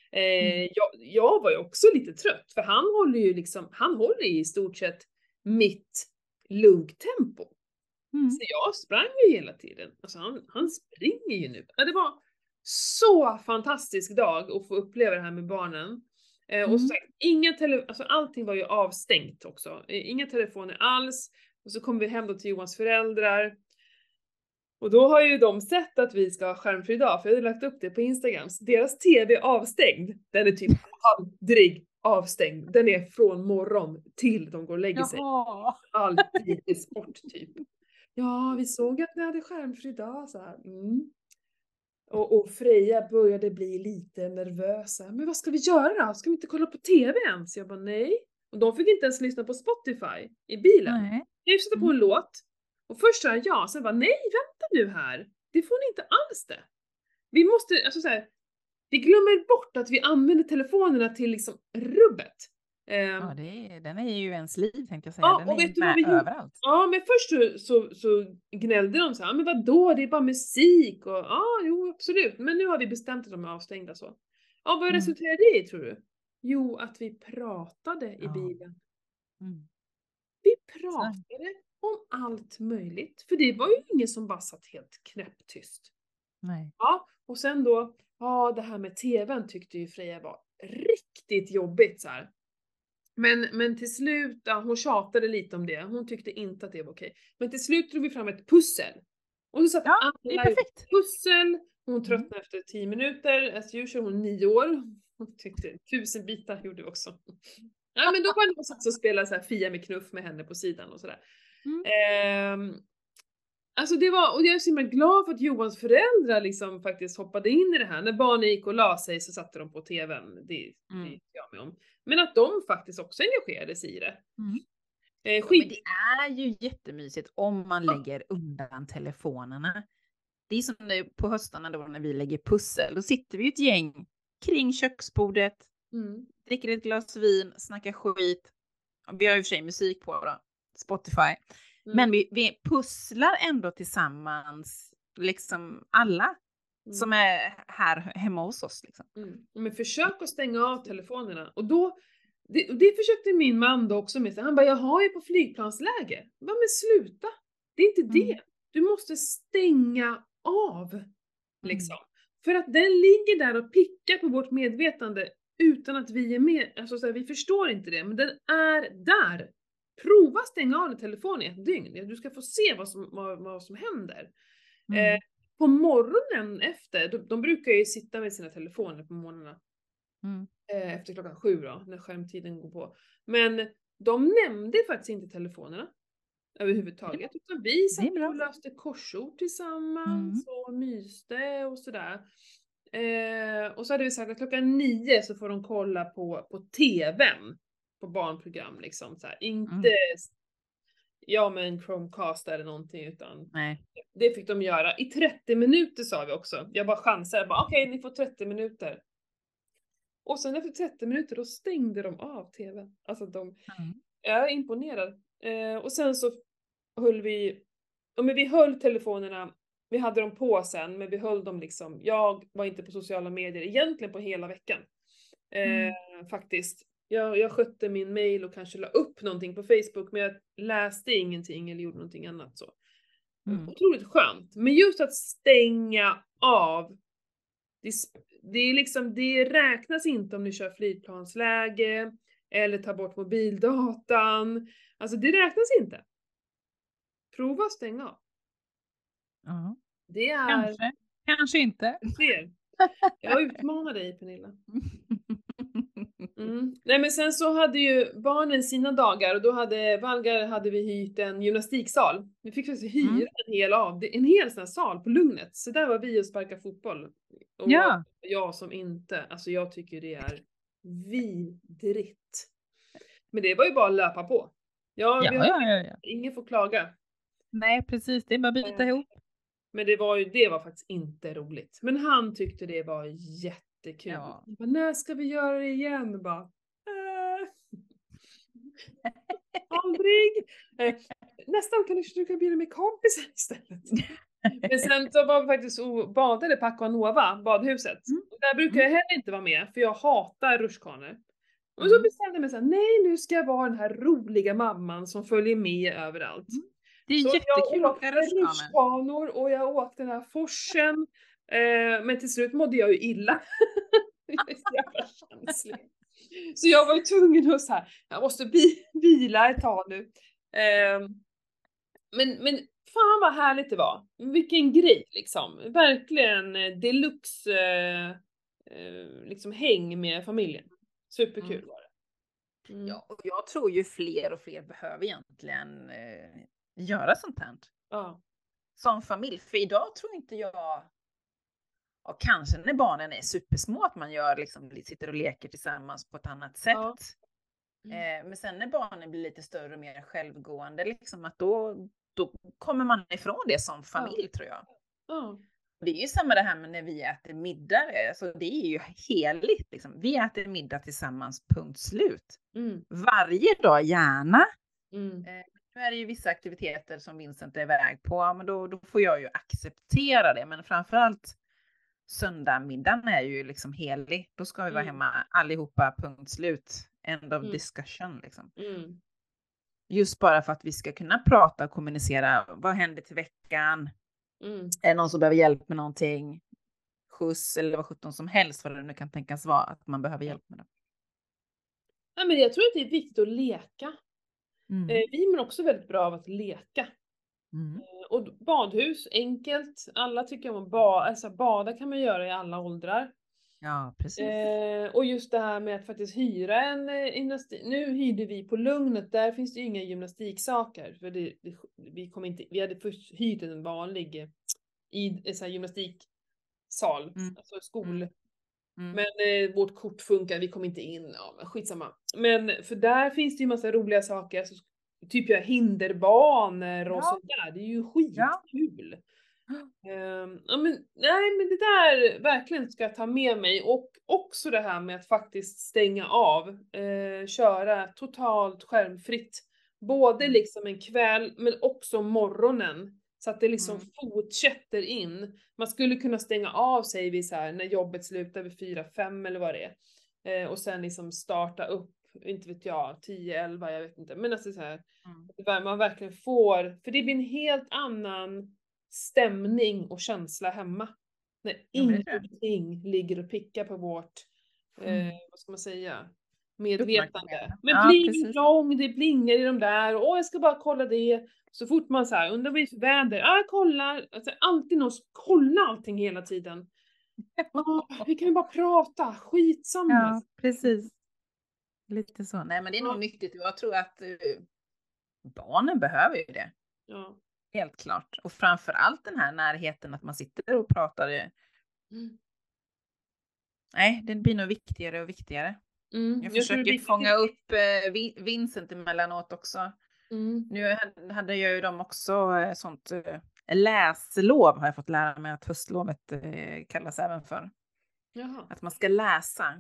Jag var ju också lite trött för han håller ju i stort sett mitt lunktempo. Så jag sprang ju hela tiden. Alltså han springer ju nu. Ja, det var så fantastisk dag att få uppleva det här med barnen. Och så sagt, alltså allting var ju avstängt också. Inga telefoner alls. Och så kom vi hem då till Johans föräldrar. Och då har ju de sett att vi ska ha skärmfri dag, för jag hade lagt upp det på Instagram. Så deras TV är avstängd. Den är typ aldrig avstängd. Den är från morgon till de går och lägger sig. Alltid i sport typ. Ja, vi såg att ni hade skärmfri dag så här. Och Freja började bli lite nervösa. Men vad ska vi göra? Ska vi inte kolla på TV ens? Jag bara nej. Och de fick inte ens lyssna på Spotify i bilen. Nej. Jag sätta på en låt. Och först sa jag ja, sen bara nej, vänta nu här. Det får ni inte alls det. Vi måste, alltså så här, vi glömmer bort att vi använder telefonerna till liksom rubbet. Ja, den är ju ens liv tänkte jag säga. Ja, Den och är vet du med vad vi gjorde? överallt. Ja, men först så gnällde de så här, men vadå, det är bara musik och ja, jo absolut. Men nu har vi bestämt att de är avstängda så. Ja, vad resulterade det i tror du? Jo, att vi pratade i bilen. Vi pratade om allt möjligt. För det var ju ingen som bara satt helt knäpptyst. Nej. Ja, och sen då, ja det här med TVn tyckte ju Freja var riktigt jobbigt så här. Men till slut, ja, hon tjatade lite om det. Hon tyckte inte att det var okej. Men till slut drog vi fram ett pussel. Och så satt det är alla perfekt. i pussel. Hon tröttnade efter 10 minuter. As usual, hon 9 år. Hon tyckte 1000 bitar gjorde vi också. Ja, men då var det satt och spelade så här Fia med knuff med henne på sidan och sådär. Alltså det var, och jag är så himla glad för att Johans föräldrar liksom faktiskt hoppade in i det här. När barnen gick och la sig så satte de på TVn. Det jag med om. Men att de faktiskt också engagerade sig i det. Men det är ju jättemysigt om man lägger undan telefonerna. Det är som nu på höstarna då när vi lägger pussel. Då sitter vi ett gäng kring köksbordet. Dricker ett glas vin, snackar skit. Vi har ju för sig musik på då, Spotify. Men vi pusslar ändå tillsammans, liksom alla som är här hemma hos oss. Liksom. Men försök att stänga av telefonerna. Och då, det försökte min man då också med sig. Han bara, jag har ju på flygplansläge. Men sluta, det är inte det. Du måste stänga av. Liksom. För att den ligger där och pickar på vårt medvetande utan att vi är med. Alltså, så här, vi förstår inte det, men den är där. Prova stänga av telefonen i ett dygn. Du ska få se vad som händer. På morgonen efter, de brukar ju sitta med sina telefoner på morgnarna. Efter 7 då, när skärmtiden går på. Men de nämnde faktiskt inte telefonerna överhuvudtaget. Utan vi satt och löste korsord tillsammans och myste och sådär. Och så hade vi sagt att 9 så får de kolla på TVn. På barnprogram liksom så här. Inte med en Chromecast eller någonting utan det fick de göra. I 30 minuter sa vi också. Jag bara chansade, okej, ni får 30 minuter. Och sen efter 30 minuter då stängde de av TVn. Alltså jag är imponerad. Och sen så höll vi höll telefonerna, vi hade dem på sen, men vi höll dem liksom, jag var inte på sociala medier egentligen på hela veckan. Faktiskt. Jag skötte min mail och kanske la upp någonting på Facebook, men jag läste ingenting eller gjorde någonting annat så. Otroligt skönt. Men just att stänga av det är liksom, det räknas inte om ni kör flygplansläge eller tar bort mobildatan. Alltså det räknas inte. Prova att stänga av. Ja. Det är... Kanske, kanske inte. Du ser. Jag utmanar dig, Pernilla. Nej men sen så hade ju barnen sina dagar och då hade vi hyrt en gymnastiksal. Vi fick faktiskt hyra en hel sån här sal på Lugnet. Så där var vi och sparka fotboll. Och Ja. jag som inte, alltså jag tycker det är vidrigt. Men det var ju bara att löpa på. Ja. Ingen får klaga. Nej, precis. Det är bara att bita ihop. Men det var faktiskt inte roligt. Men han tyckte det var jättekul. Ja. Jag bara, när ska vi göra det igen? Bara, aldrig. Nästan kan du försöka bjuda med kompisar istället. Men sen så var vi faktiskt och badade på Aquanova, badhuset. Och där brukar jag heller inte vara med, för jag hatar rutschkanor. Och så bestämde jag mig såhär, nej nu ska jag vara den här roliga mamman som följer med överallt. Det är så jättekul jag att åka åkte rutschkanor och jag åkte den här forsen. Men till slut mådde jag ju illa. Jag är så jävla känslig. Så jag var ju tvungen att såhär, jag måste vila ett tag nu. Men fan vad härligt det var. Vilken grej liksom. Verkligen deluxe liksom häng med familjen. Superkul var det. Ja, och jag tror ju fler och fler behöver egentligen göra sånt här. Ja. Som familj. För idag tror inte jag, och kanske när barnen är supersmå, att man gör liksom, sitter och leker tillsammans på ett annat sätt. Ja. Men sen när barnen blir lite större och mer självgående, liksom, att då kommer man ifrån det som familj, tror jag. Ja. Det är ju samma det här med när vi äter middag. Alltså det är ju heligt. Liksom. Vi äter middag tillsammans, punkt slut. Varje dag gärna. Nu är det ju vissa aktiviteter som Vincent är iväg på. Men då får jag ju acceptera det. Men framförallt söndagmiddagen är ju liksom helig. Då ska vi vara hemma allihopa, punkt slut. End of discussion liksom. Just bara för att vi ska kunna prata och kommunicera. Vad händer till veckan? Är det någon som behöver hjälp med någonting? Skjuts eller vad 17 som helst, vad det nu kan tänkas vara, att man behöver hjälp med det. Ja, men jag tror att det är viktigt att leka. Vi mår också väldigt bra av att leka. Och badhus, enkelt. Alla tycker om att bada. Alltså bada kan man göra i alla åldrar. Ja, precis. Och just det här med att faktiskt hyra en gymnastik. Nu hyrde vi på Lugnet, där finns det ju inga gymnastiksaker. För vi hade först hyrt en vanlig så här gymnastiksal, alltså skol. Men vårt kort funkar, vi kom inte in, ja men skitsamma. Men för där finns det ju massa roliga saker, alltså, typ hinderbanor och sånt där, det är ju skitkul. Ja, men det där verkligen ska jag ta med mig, och också det här med att faktiskt stänga av, köra totalt skärmfritt. Både liksom en kväll men också morgonen. Så att det liksom fortsätter in. Man skulle kunna stänga av sig vid så här, när jobbet slutar vid 4-5 eller vad det är. Och sen liksom starta upp, inte vet jag, 10-11, jag vet inte. Men alltså så här, man verkligen får, för det blir en helt annan stämning och känsla hemma. När ingenting ligger och pickar på vårt, vad ska man säga, medvetande. Men pling plong, det blingar i de där, och jag ska bara kolla det. Så fort man så här, undrar vad det är för väder, jag kollar, alltså, alltid någon som kollar allting hela tiden. Vi kan ju bara prata, skitsamma. Ja, precis. Lite så. Nej, men det är nog nyttigt. Jag tror att barnen behöver ju det. Ja. Helt klart. Och framförallt den här närheten, att man sitter och pratar. Nej, det blir nog viktigare och viktigare. Jag försöker fånga upp Vincent emellanåt också. Nu hade jag ju dem också sånt läslov, har jag fått lära mig att höstlovet kallas även för. Jaha. Att man ska läsa.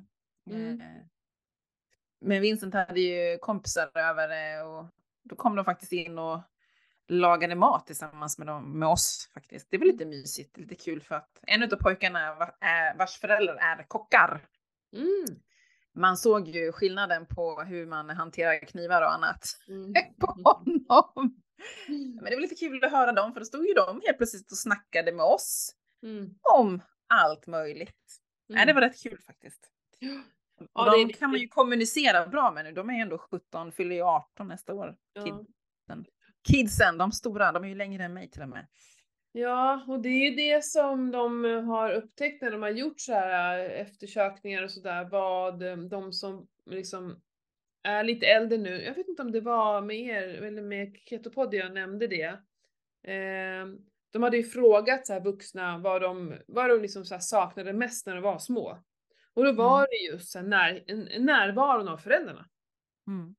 Men Vincent hade ju kompisar över, och då kom de faktiskt in och lagade mat tillsammans med oss faktiskt. Det var lite mysigt, lite kul, för att en av pojkarna vars föräldrar är kockar. Man såg ju skillnaden på hur man hanterar knivar och annat på honom. Men det var lite kul att höra dem, för då stod ju de helt plötsligt och snackade med oss om allt möjligt. Nej, det Mm. var rätt kul faktiskt. Och Ja, det är de kan man ju viktigt. kommunicera bra med nu. De är ändå 17, fyller ju 18 nästa år. Ja. Kidsen, de stora, de är ju längre än mig till och med. Ja, och det är ju det som de har upptäckt när de har gjort så här eftersökningar och sådär, vad de som liksom är lite äldre nu, jag vet inte om det var med er eller med Ketopod jag nämnde det. De hade ju frågat så här vuxna vad de liksom så här saknade mest när de var små. Och då var det just så här närvaron av föräldrarna. Mm.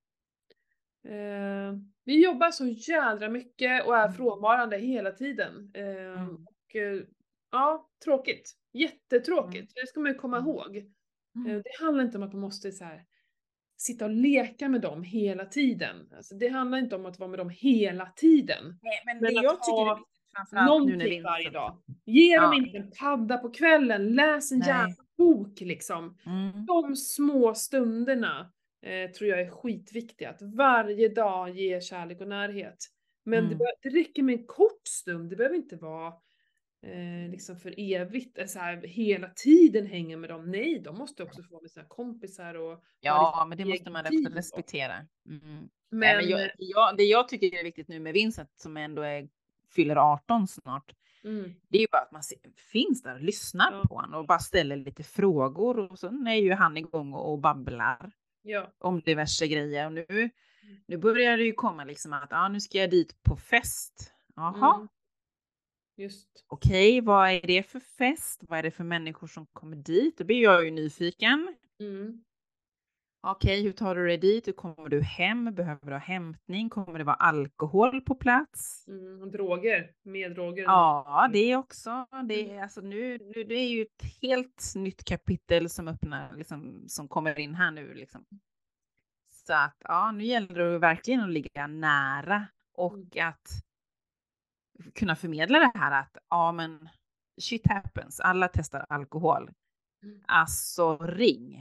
Vi jobbar så jädra mycket och är Mm. frånvarande hela tiden. Mm. Och ja, tråkigt. Jättetråkigt. Mm. Det ska man ju komma Mm. ihåg. Mm. Det handlar inte om att man måste så här, sitta och leka med dem hela tiden. Alltså, det handlar inte om att vara med dem hela tiden. Nej, men Men det att jag tycker är ha viktigt framförallt nu när någonting varje Vincent... dag. Ge dem Ja, inte en padda på kvällen, läs en jävla nej. bok liksom. Mm. De små stunderna tror jag är skitviktiga. Att varje dag ge kärlek och närhet. Men Mm. det räcker med en kort stund, det behöver inte vara liksom för evigt, så här, hela tiden hänga med dem. Nej, de måste också få vara med sina kompisar och ha Ja, liksom men det måste man egen också tid. respektera. Mm. Nej, Men, men det jag tycker är viktigt nu med Vincent som ändå fyller 18 snart. Det är ju bara att man finns där och lyssnar på honom och bara ställer lite frågor och så är ju han igång och babblar om diverse grejer. Och nu börjar det ju komma liksom att nu ska jag dit på fest. Jaha. Just. Okej, vad är det för fest? Vad är det för människor som kommer dit? Då blir jag ju nyfiken. Okej, hur tar du dig dit? Hur kommer du hem? Behöver du ha hämtning? Kommer det vara alkohol på plats? Och droger, med droger. Ja, det också. Det är, alltså, nu det är ju ett helt nytt kapitel som öppnar, liksom, som kommer in här nu. Liksom. Så att nu gäller det verkligen att ligga nära och att kunna förmedla det här att men shit happens. Alla testar alkohol. Alltså ring.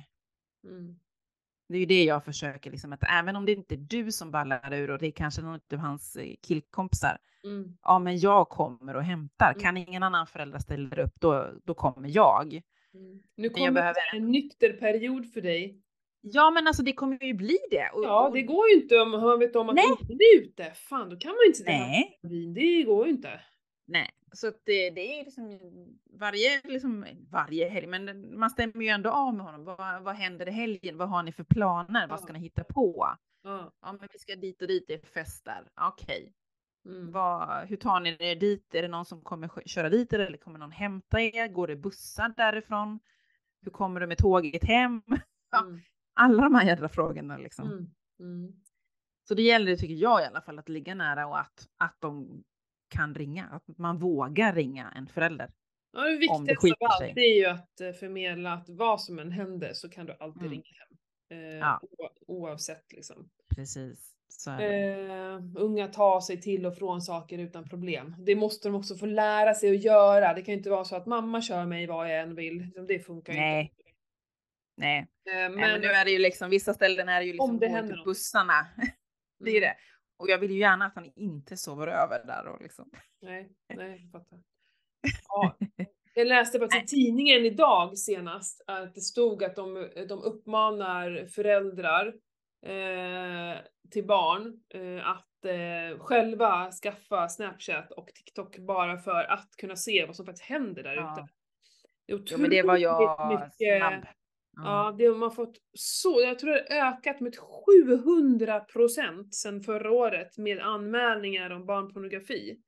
Det är ju det jag försöker, liksom, att även om det inte är du som ballar ur och det är kanske någon av hans killkompisar. Ja, men jag kommer och hämtar. Kan ingen annan förälder ställa upp, då kommer jag. Nu kommer en nykter period för dig. Ja, men alltså det kommer ju bli det. Och det går ju inte om man vet om att ungen är ute. Fan, då kan man inte sitta här på vin. Det går ju inte. Nej, så att det är liksom varje helg, men man stämmer ju ändå av med honom. Vad händer i helgen? Vad har ni för planer? Vad ska ni hitta på? Ja, men vi ska dit och dit, det är festar. Okej. Hur tar ni er dit? Är det någon som kommer köra dit eller kommer någon hämta er? Går det bussar därifrån? Hur kommer du med tåget hem? Alla de här jävla frågorna liksom. Så det gäller, tycker jag i alla fall, att ligga nära och att de kan ringa. Att man vågar ringa en förälder. Ja, det viktigaste av allt är ju att förmedla att vad som än händer så kan du alltid ringa hem. Oavsett liksom. Precis. Unga tar sig till och från saker utan problem. Det måste de också få lära sig att göra. Det kan inte vara så att mamma kör mig vad jag än vill. Det funkar inte. Nej. Men nu är det ju liksom, vissa ställen är det ju liksom det till bussarna. Det är det. Och jag vill ju gärna att han inte sover över där och liksom. Nej, jag fattar. Ja. Jag läste faktiskt i tidningen idag senast att det stod att de uppmanar föräldrar till barn att själva skaffa Snapchat och TikTok bara för att kunna se vad som faktiskt händer där ute. Ja, men det var jag snabb. Ja, det har man fått jag tror det har ökat med 700% sedan förra året med anmälningar om barnpornografi.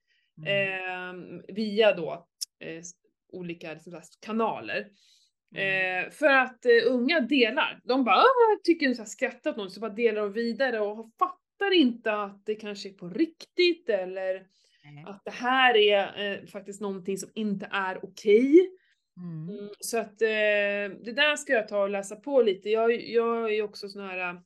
Via då olika liksom, kanaler. För att unga delar. De bara tycker så här, skrattar åt någon, så bara delar de vidare och fattar inte att det kanske är på riktigt eller att det här är faktiskt någonting som inte är okej. Så att det där ska jag ta och läsa på lite. Jag är också sån här,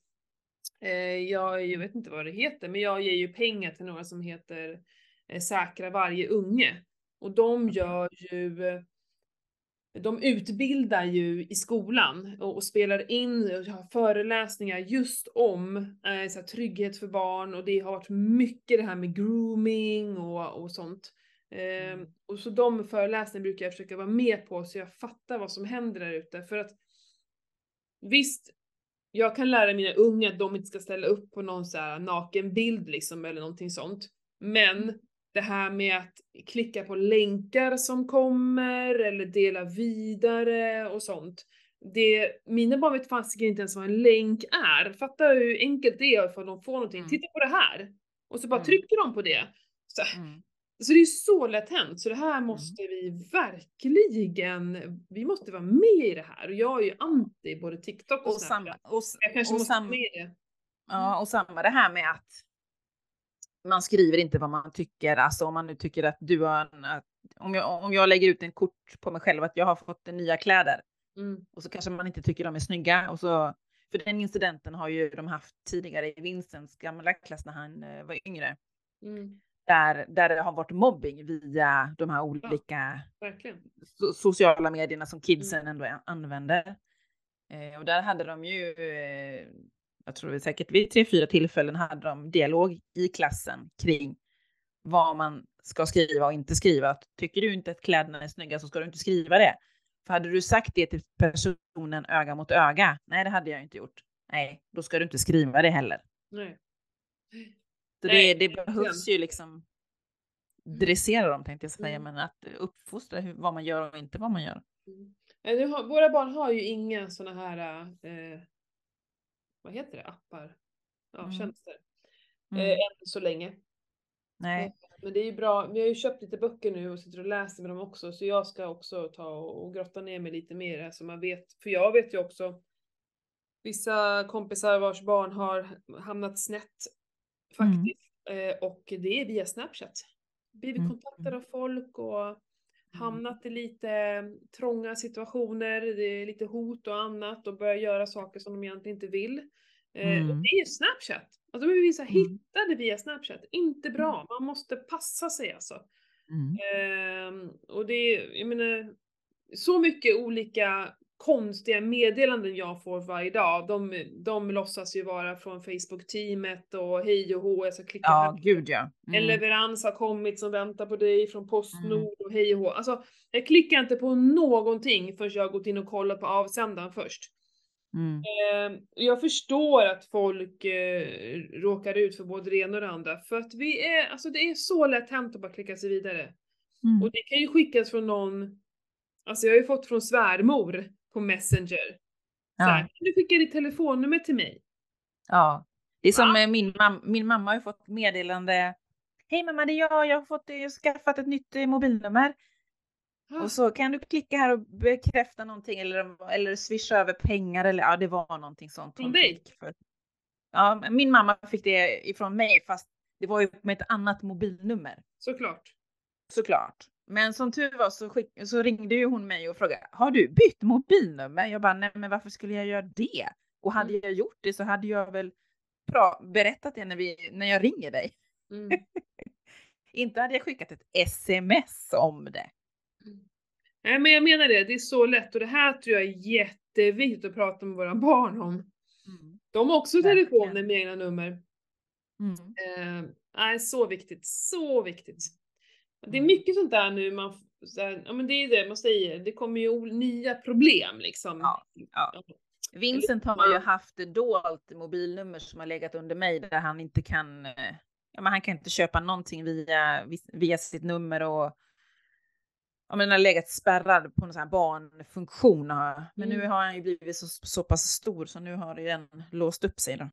jag vet inte vad det heter, men jag ger ju pengar till några som heter Säkra varje unge. Och de de utbildar ju i skolan och spelar in och har föreläsningar just om så här, trygghet för barn, och det har varit mycket det här med grooming och sånt. Och så de föreläsningarna brukar jag försöka vara med på så jag fattar vad som händer där ute. För att visst, jag kan lära mina unga att de inte ska ställa upp på någon så här nakenbild liksom eller någonting sånt. Men det här med att klicka på länkar som kommer eller dela vidare och sånt. Mina barn vet fasiken inte ens vad en länk är. Fatta hur enkelt det är för de får någonting. Titta på det här! Och så bara trycker de på det. Så det är så lätt hänt. Så det här måste vi verkligen, vi måste vara med i det här. Och jag är ju anti både TikTok och Snapchat. Jag kanske måste vara med i det. Ja, och samma det här med att man skriver inte vad man tycker. Alltså om man nu tycker att du har om jag lägger ut en kort på mig själv att jag har fått nya kläder. Och så kanske man inte tycker de är snygga. Och så, för den incidenten har ju de haft tidigare i Vincents gamla klass när han var yngre. Där det har varit mobbing via de här olika sociala medierna som kidsen ändå använder. Och där hade de ju, jag tror säkert vid 3-4 tillfällen hade de dialog i klassen kring vad man ska skriva och inte skriva. Tycker du inte att kläderna är snygga så ska du inte skriva det. För hade du sagt det till personen öga mot öga, nej det hade jag inte gjort. Nej, då ska du inte skriva det heller. Nej. Så det behövs ju liksom dressera dem tänkte jag säga, men att uppfostra vad man gör och inte vad man gör. Våra barn har ju inga såna här, vad heter det, appar? Ja, tjänster. Än så länge. Nej. Men det är ju bra, vi har ju köpt lite böcker nu och sitter och läser med dem också, så jag ska också ta och grotta ner mig lite mer så man vet, för jag vet ju också vissa kompisar vars barn har hamnat snett faktiskt, och det är via Snapchat. Blivit kontaktade av folk och hamnat i lite trånga situationer, det är lite hot och annat och börjar göra saker som de egentligen inte vill. Och det är Snapchat. Alltså de är vissa hittade via Snapchat. Inte bra, man måste passa sig alltså. Och det är, jag menar, så mycket olika konstiga meddelanden jag får varje dag. De låtsas ju vara från Facebook-teamet och hej och hå, jag ska klicka här. Gud ja. En leverans har kommit som väntar på dig från Postnord och hej och hå. Alltså, jag klickar inte på någonting förrän jag har gått in och kollat på avsändaren först. Jag förstår att folk råkar ut för både det ena och det andra. För att alltså det är så lätt hänt att bara klicka sig vidare. Och det kan ju skickas från någon, alltså jag har ju fått från svärmor på Messenger. Så här, kan du skicka ditt telefonnummer till mig? Ja, det är som min mamma har ju fått meddelande. Hej mamma, det är jag har skaffat ett nytt mobilnummer. Och så kan du klicka här och bekräfta någonting eller swisha över pengar eller det var någonting sånt. Från dig? Ja, min mamma fick det ifrån mig fast det var ju med ett annat mobilnummer. Såklart. Men som tur var så ringde ju hon mig och frågade, har du bytt mobilnummer? Jag bara, nej men varför skulle jag göra det? Och hade jag gjort det så hade jag väl berättat det när jag ringer dig. Inte hade jag skickat ett sms om det. Nej men jag menar det är så lätt och det här tror jag är jätteviktigt att prata med våra barn om. De har också telefoner med egna nummer. Så viktigt, så viktigt. Det är mycket sånt där nu men det är det man säger, det kommer ju nya problem liksom. Ja. Vincent har ju haft dolt mobilnummer som har legat under mig där han inte kan, han kan inte köpa någonting via sitt nummer och han har legat spärrad på någon sån här barnfunktion. Men nu har han ju blivit så pass stor så nu har det ju låst upp sig då.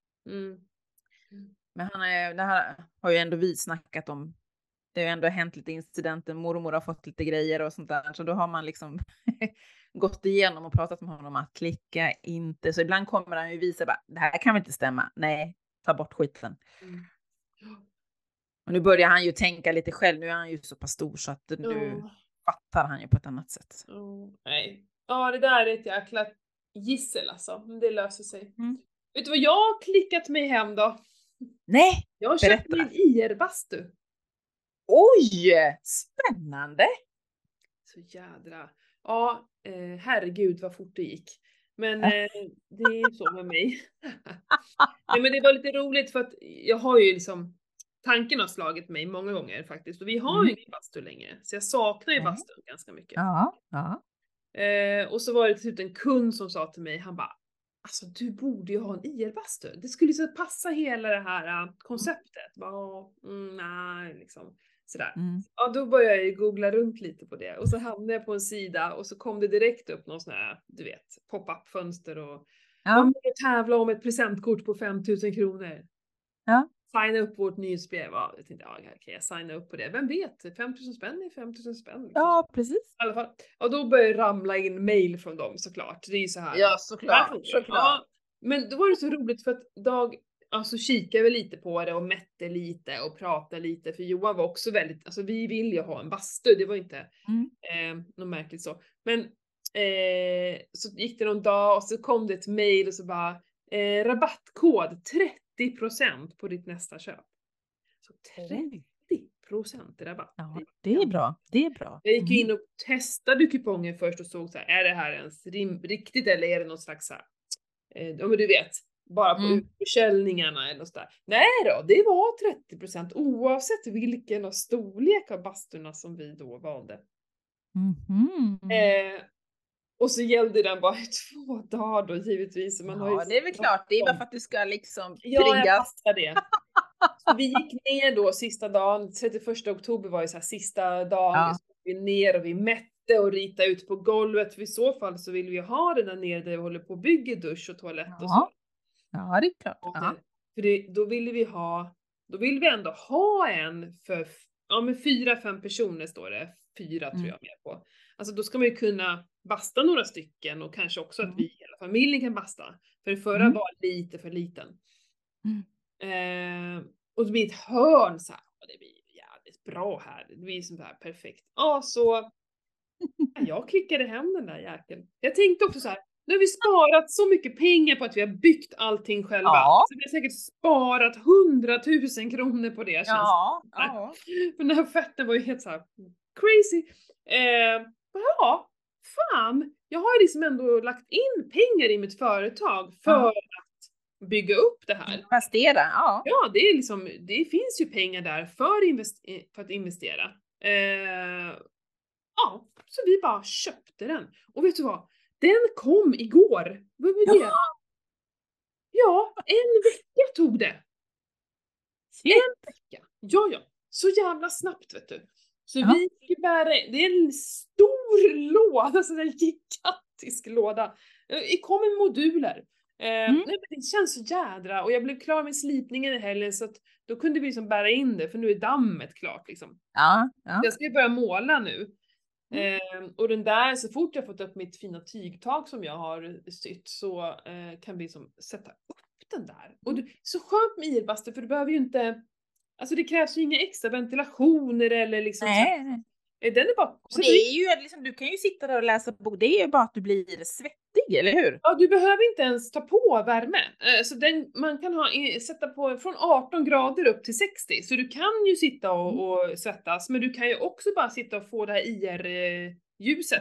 Men det här har ju ändå vi snackat om. Det har ju ändå hänt lite incidenter. Mormor har fått lite grejer och sånt där. Så då har man liksom gått igenom och pratat med honom att klicka inte. Så ibland kommer han ju visa bara, det här kan väl inte stämma. Nej, ta bort skiten. Och nu börjar han ju tänka lite själv. Nu är han ju så pass stor så att nu fattar han ju på ett annat sätt. Nej. Ja, det där är ett jäkla gissel alltså. Det löser sig. Vet du vad jag har klickat mig hem då? Nej, jag har köpt min IR-bastu. Oj, spännande. Så jädra. Ja, herregud vad fort det gick. Men det är ju så med mig. Nej, men det var lite roligt för att jag har ju liksom tanken har slagit mig många gånger faktiskt. Och vi har ju ingen bastu längre. Så jag saknar ju bastun ganska mycket. Ja, ja. Och så var det till slut en kund som sa till mig, han bara, alltså du borde ju ha en IR-bastu. Det skulle så passa hela det här konceptet. Nej, liksom. Sådär. Ja, då började jag ju googla runt lite på det. Och så hamnade jag på en sida och så kom det direkt upp någon sån här, du vet, pop-up-fönster och man måste tävla om ett presentkort på 5 000 kronor. Ja. Signa upp vårt nyhetsbrev. Ja, jag tänkte, okej, jag signa upp på det. Vem vet, 5 000 spänn är 5 000 spänn. Liksom. Ja, precis. I alla fall. Och då började det ramla in mail från dem såklart. Det är ju så här. Ja, såklart. Ja, men då var det så roligt för att alltså kikade vi lite på det och mätte lite och pratade lite. För Johan var också väldigt, alltså vi vill ju ha en bastu. Det var inte något märkligt så. Men så gick det någon dag och så kom det ett mail och så bara rabattkod 30% på ditt nästa köp. Så 30% i rabatt. Ja, det är bra. Det är bra. Jag gick in och testade kupongen först och såg så här, är det här ens riktigt eller är det något slags så här, men du vet, bara på utförsäljningarna eller något där. Nej då, det var 30% oavsett vilken av storlek av basturna som vi då valde. Och så gällde den bara i 2 dagar då givetvis. Man har ju det är väl klart, det är bara för att du ska liksom triggas. Ja, jag fattar det. Så vi gick ner då sista dagen, 31 oktober var ju så här sista dagen. Så vi ner och vi mätte och ritade ut på golvet. För i så fall så vill vi ha den där nere där vi håller på att bygga dusch och toalett och så. Ja, det är klart. För då vill vi ändå ha en för 4-5 personer står det. 4 tror jag mer på. Alltså då ska man ju kunna basta några stycken och kanske också att vi hela familjen kan basta. För det förra var lite för liten. Och det blir ett hörn så här. Och det blir jävligt bra här. Det blir sånt här perfekt. Ja, så jag klickade hem den där jäkeln. Jag tänkte också så här. Nu har vi sparat så mycket pengar på att vi har byggt allting själva. Så vi har säkert sparat 100 000 kronor på det. För den här fetten var ju helt så här crazy. Fan. Jag har liksom ändå lagt in pengar i mitt företag för att bygga upp det här. Investera, Ja, det är liksom, det finns ju pengar där för att investera. Så vi bara köpte den. Och vet du vad? Den kom igår. Vad var det? Ja, en vecka tog det. En vecka. Ja. Så jävla snabbt vet du. Så vi fick bära, det är en stor låda, så en gigantisk låda. Det kom i moduler. Det känns så jädra, och jag blev klar med slipningen i helgen så att då kunde vi liksom bära in det, för nu är dammet klart liksom. Jag ska börja måla nu. Och den där, så fort jag fått upp mitt fina tygtag som jag har sytt så kan vi liksom sätta upp den där. Och så skönt med IR-bastu, för du behöver ju inte, alltså det krävs ju inga extra ventilationer eller liksom den är bara, och det är ju liksom, du kan ju sitta där och läsa bok, det är ju bara att du blir svettig, eller hur? Ja, du behöver inte ens ta på värme. Så man kan sätta på från 18 grader upp till 60. Så du kan ju sitta och svettas, men du kan ju också bara sitta och få det här IR-ljuset.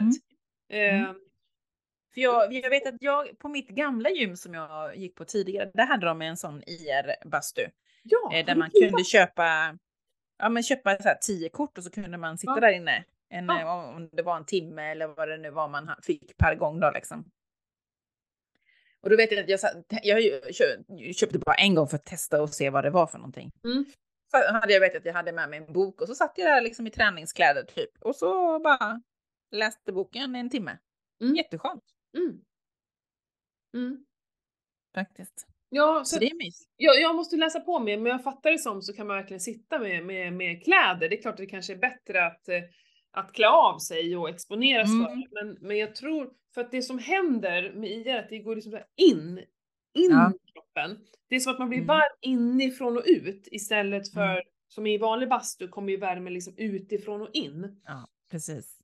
För jag vet att på mitt gamla gym som jag gick på tidigare, där hade de en sån IR-bastu. Där man kunde köpa så här 10 kort och så kunde man sitta där inne. Om det var en timme eller vad det nu var man fick per gång då liksom. Och då vet jag att jag köpte bara en gång för att testa och se vad det var för någonting. Så hade jag vet att jag hade med mig en bok och så satt jag där liksom i träningskläder typ. Och så bara läste boken en timme. Jätteskönt. Faktiskt. Ja, så det är mys. Jag måste läsa på mer, men jag fattar det som så kan man verkligen sitta med kläder. Det är klart att det kanske är bättre att klä av sig och exponeras för det. Men jag tror, för att det som händer med IR, att det går liksom in i kroppen. Det är som att man blir varm inifrån och ut istället för, som i vanlig bastu kommer ju värme liksom utifrån och in. Ja, precis.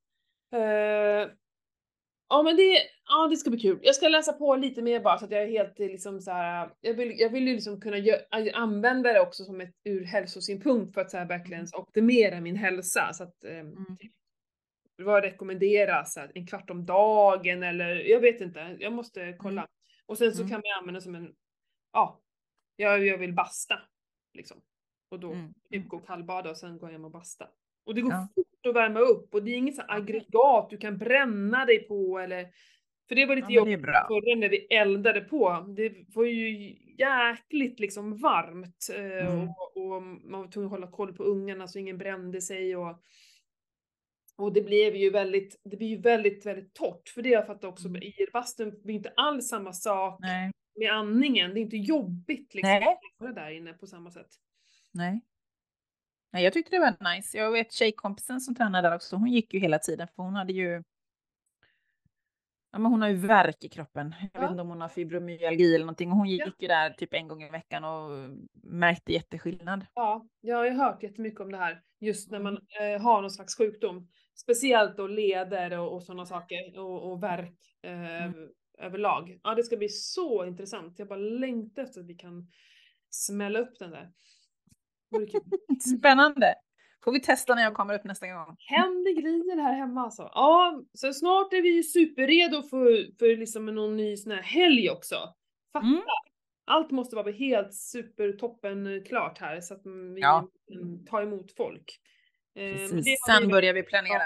Ja, men det ska bli kul. Jag ska läsa på lite mer bara så att jag är helt liksom så här. Jag vill ju liksom kunna använda det också som ett ur hälsosynpunkt för att så här verkligen optimera min hälsa, så att vad rekommenderas, en kvart om dagen eller jag vet inte. Jag måste kolla. Och sen så kan man använda som en jag vill basta liksom. Och då typ gå och kallbada och sen gå hem och basta. Och det går Ja. fort att värma upp och det är inget så aggregat du kan bränna dig på eller. För det var lite Ja, men det är bra. förra när vi eldade på. Det var ju jäkligt liksom varmt. Och man var tvungen att hålla koll på ungarna så ingen brände sig. Och det blev ju väldigt, väldigt torrt. För det jag fattar också, i bastun blir inte alls samma sak med andningen. Det är inte jobbigt liksom att vara där inne på samma sätt. Nej, jag tyckte det var nice. Jag vet tjejkompisen som tränade där också. Hon gick ju hela tiden för hon hade ju men hon har ju värk i kroppen. Jag vet inte om hon har fibromyalgi eller någonting. Och hon gick ju där typ en gång i veckan och märkte jätteskillnad. Ja, jag har ju hört jättemycket om det här. Just när man har någon slags sjukdom. Speciellt då leder och sådana saker. Och värk överlag. Ja, det ska bli så intressant. Jag bara längtar efter att vi kan smälla upp den där. Spännande. Får vi testa när jag kommer upp nästa gång. Händer grejer här hemma alltså. Ja, så snart är vi ju superredo för liksom någon ny sån här helg också. Fatta. Allt måste vara helt supertoppen klart här så att vi kan ta emot folk. Precis. Sen börjar vi planera.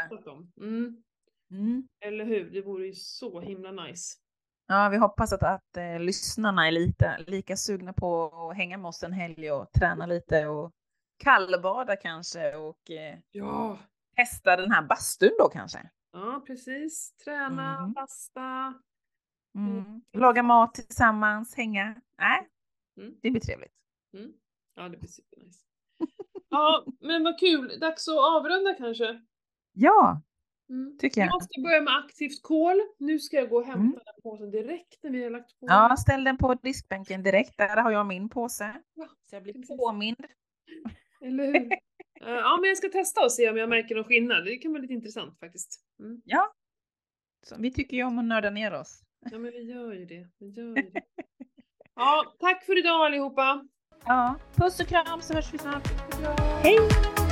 Eller hur? Det vore ju så himla nice. Ja, vi hoppas att lyssnarna är lika sugna på att hänga med oss en helg och träna lite och kallbada kanske och testa den här bastun då kanske. Ja, precis. Träna, basta. Laga mat tillsammans, hänga. Det blir trevligt. Ja, det blir supernice. Ja, men vad kul. Dags att avrunda kanske. Ja, tycker jag. Jag ska börja med aktivt kol. Nu ska jag gå och hämta den påsen direkt när vi har lagt på. Ja, ställ den på diskbänken direkt. Där har jag min påse. Så jag blir påmind. Eller hur? Ja, men jag ska testa och se om jag märker någon skillnad. Det kan vara lite intressant faktiskt. Ja, så vi tycker ju om att nörda ner oss. Ja, men vi gör ju det. Ja, tack för idag allihopa. Ja, puss och kram så hörs vi snart. Hej!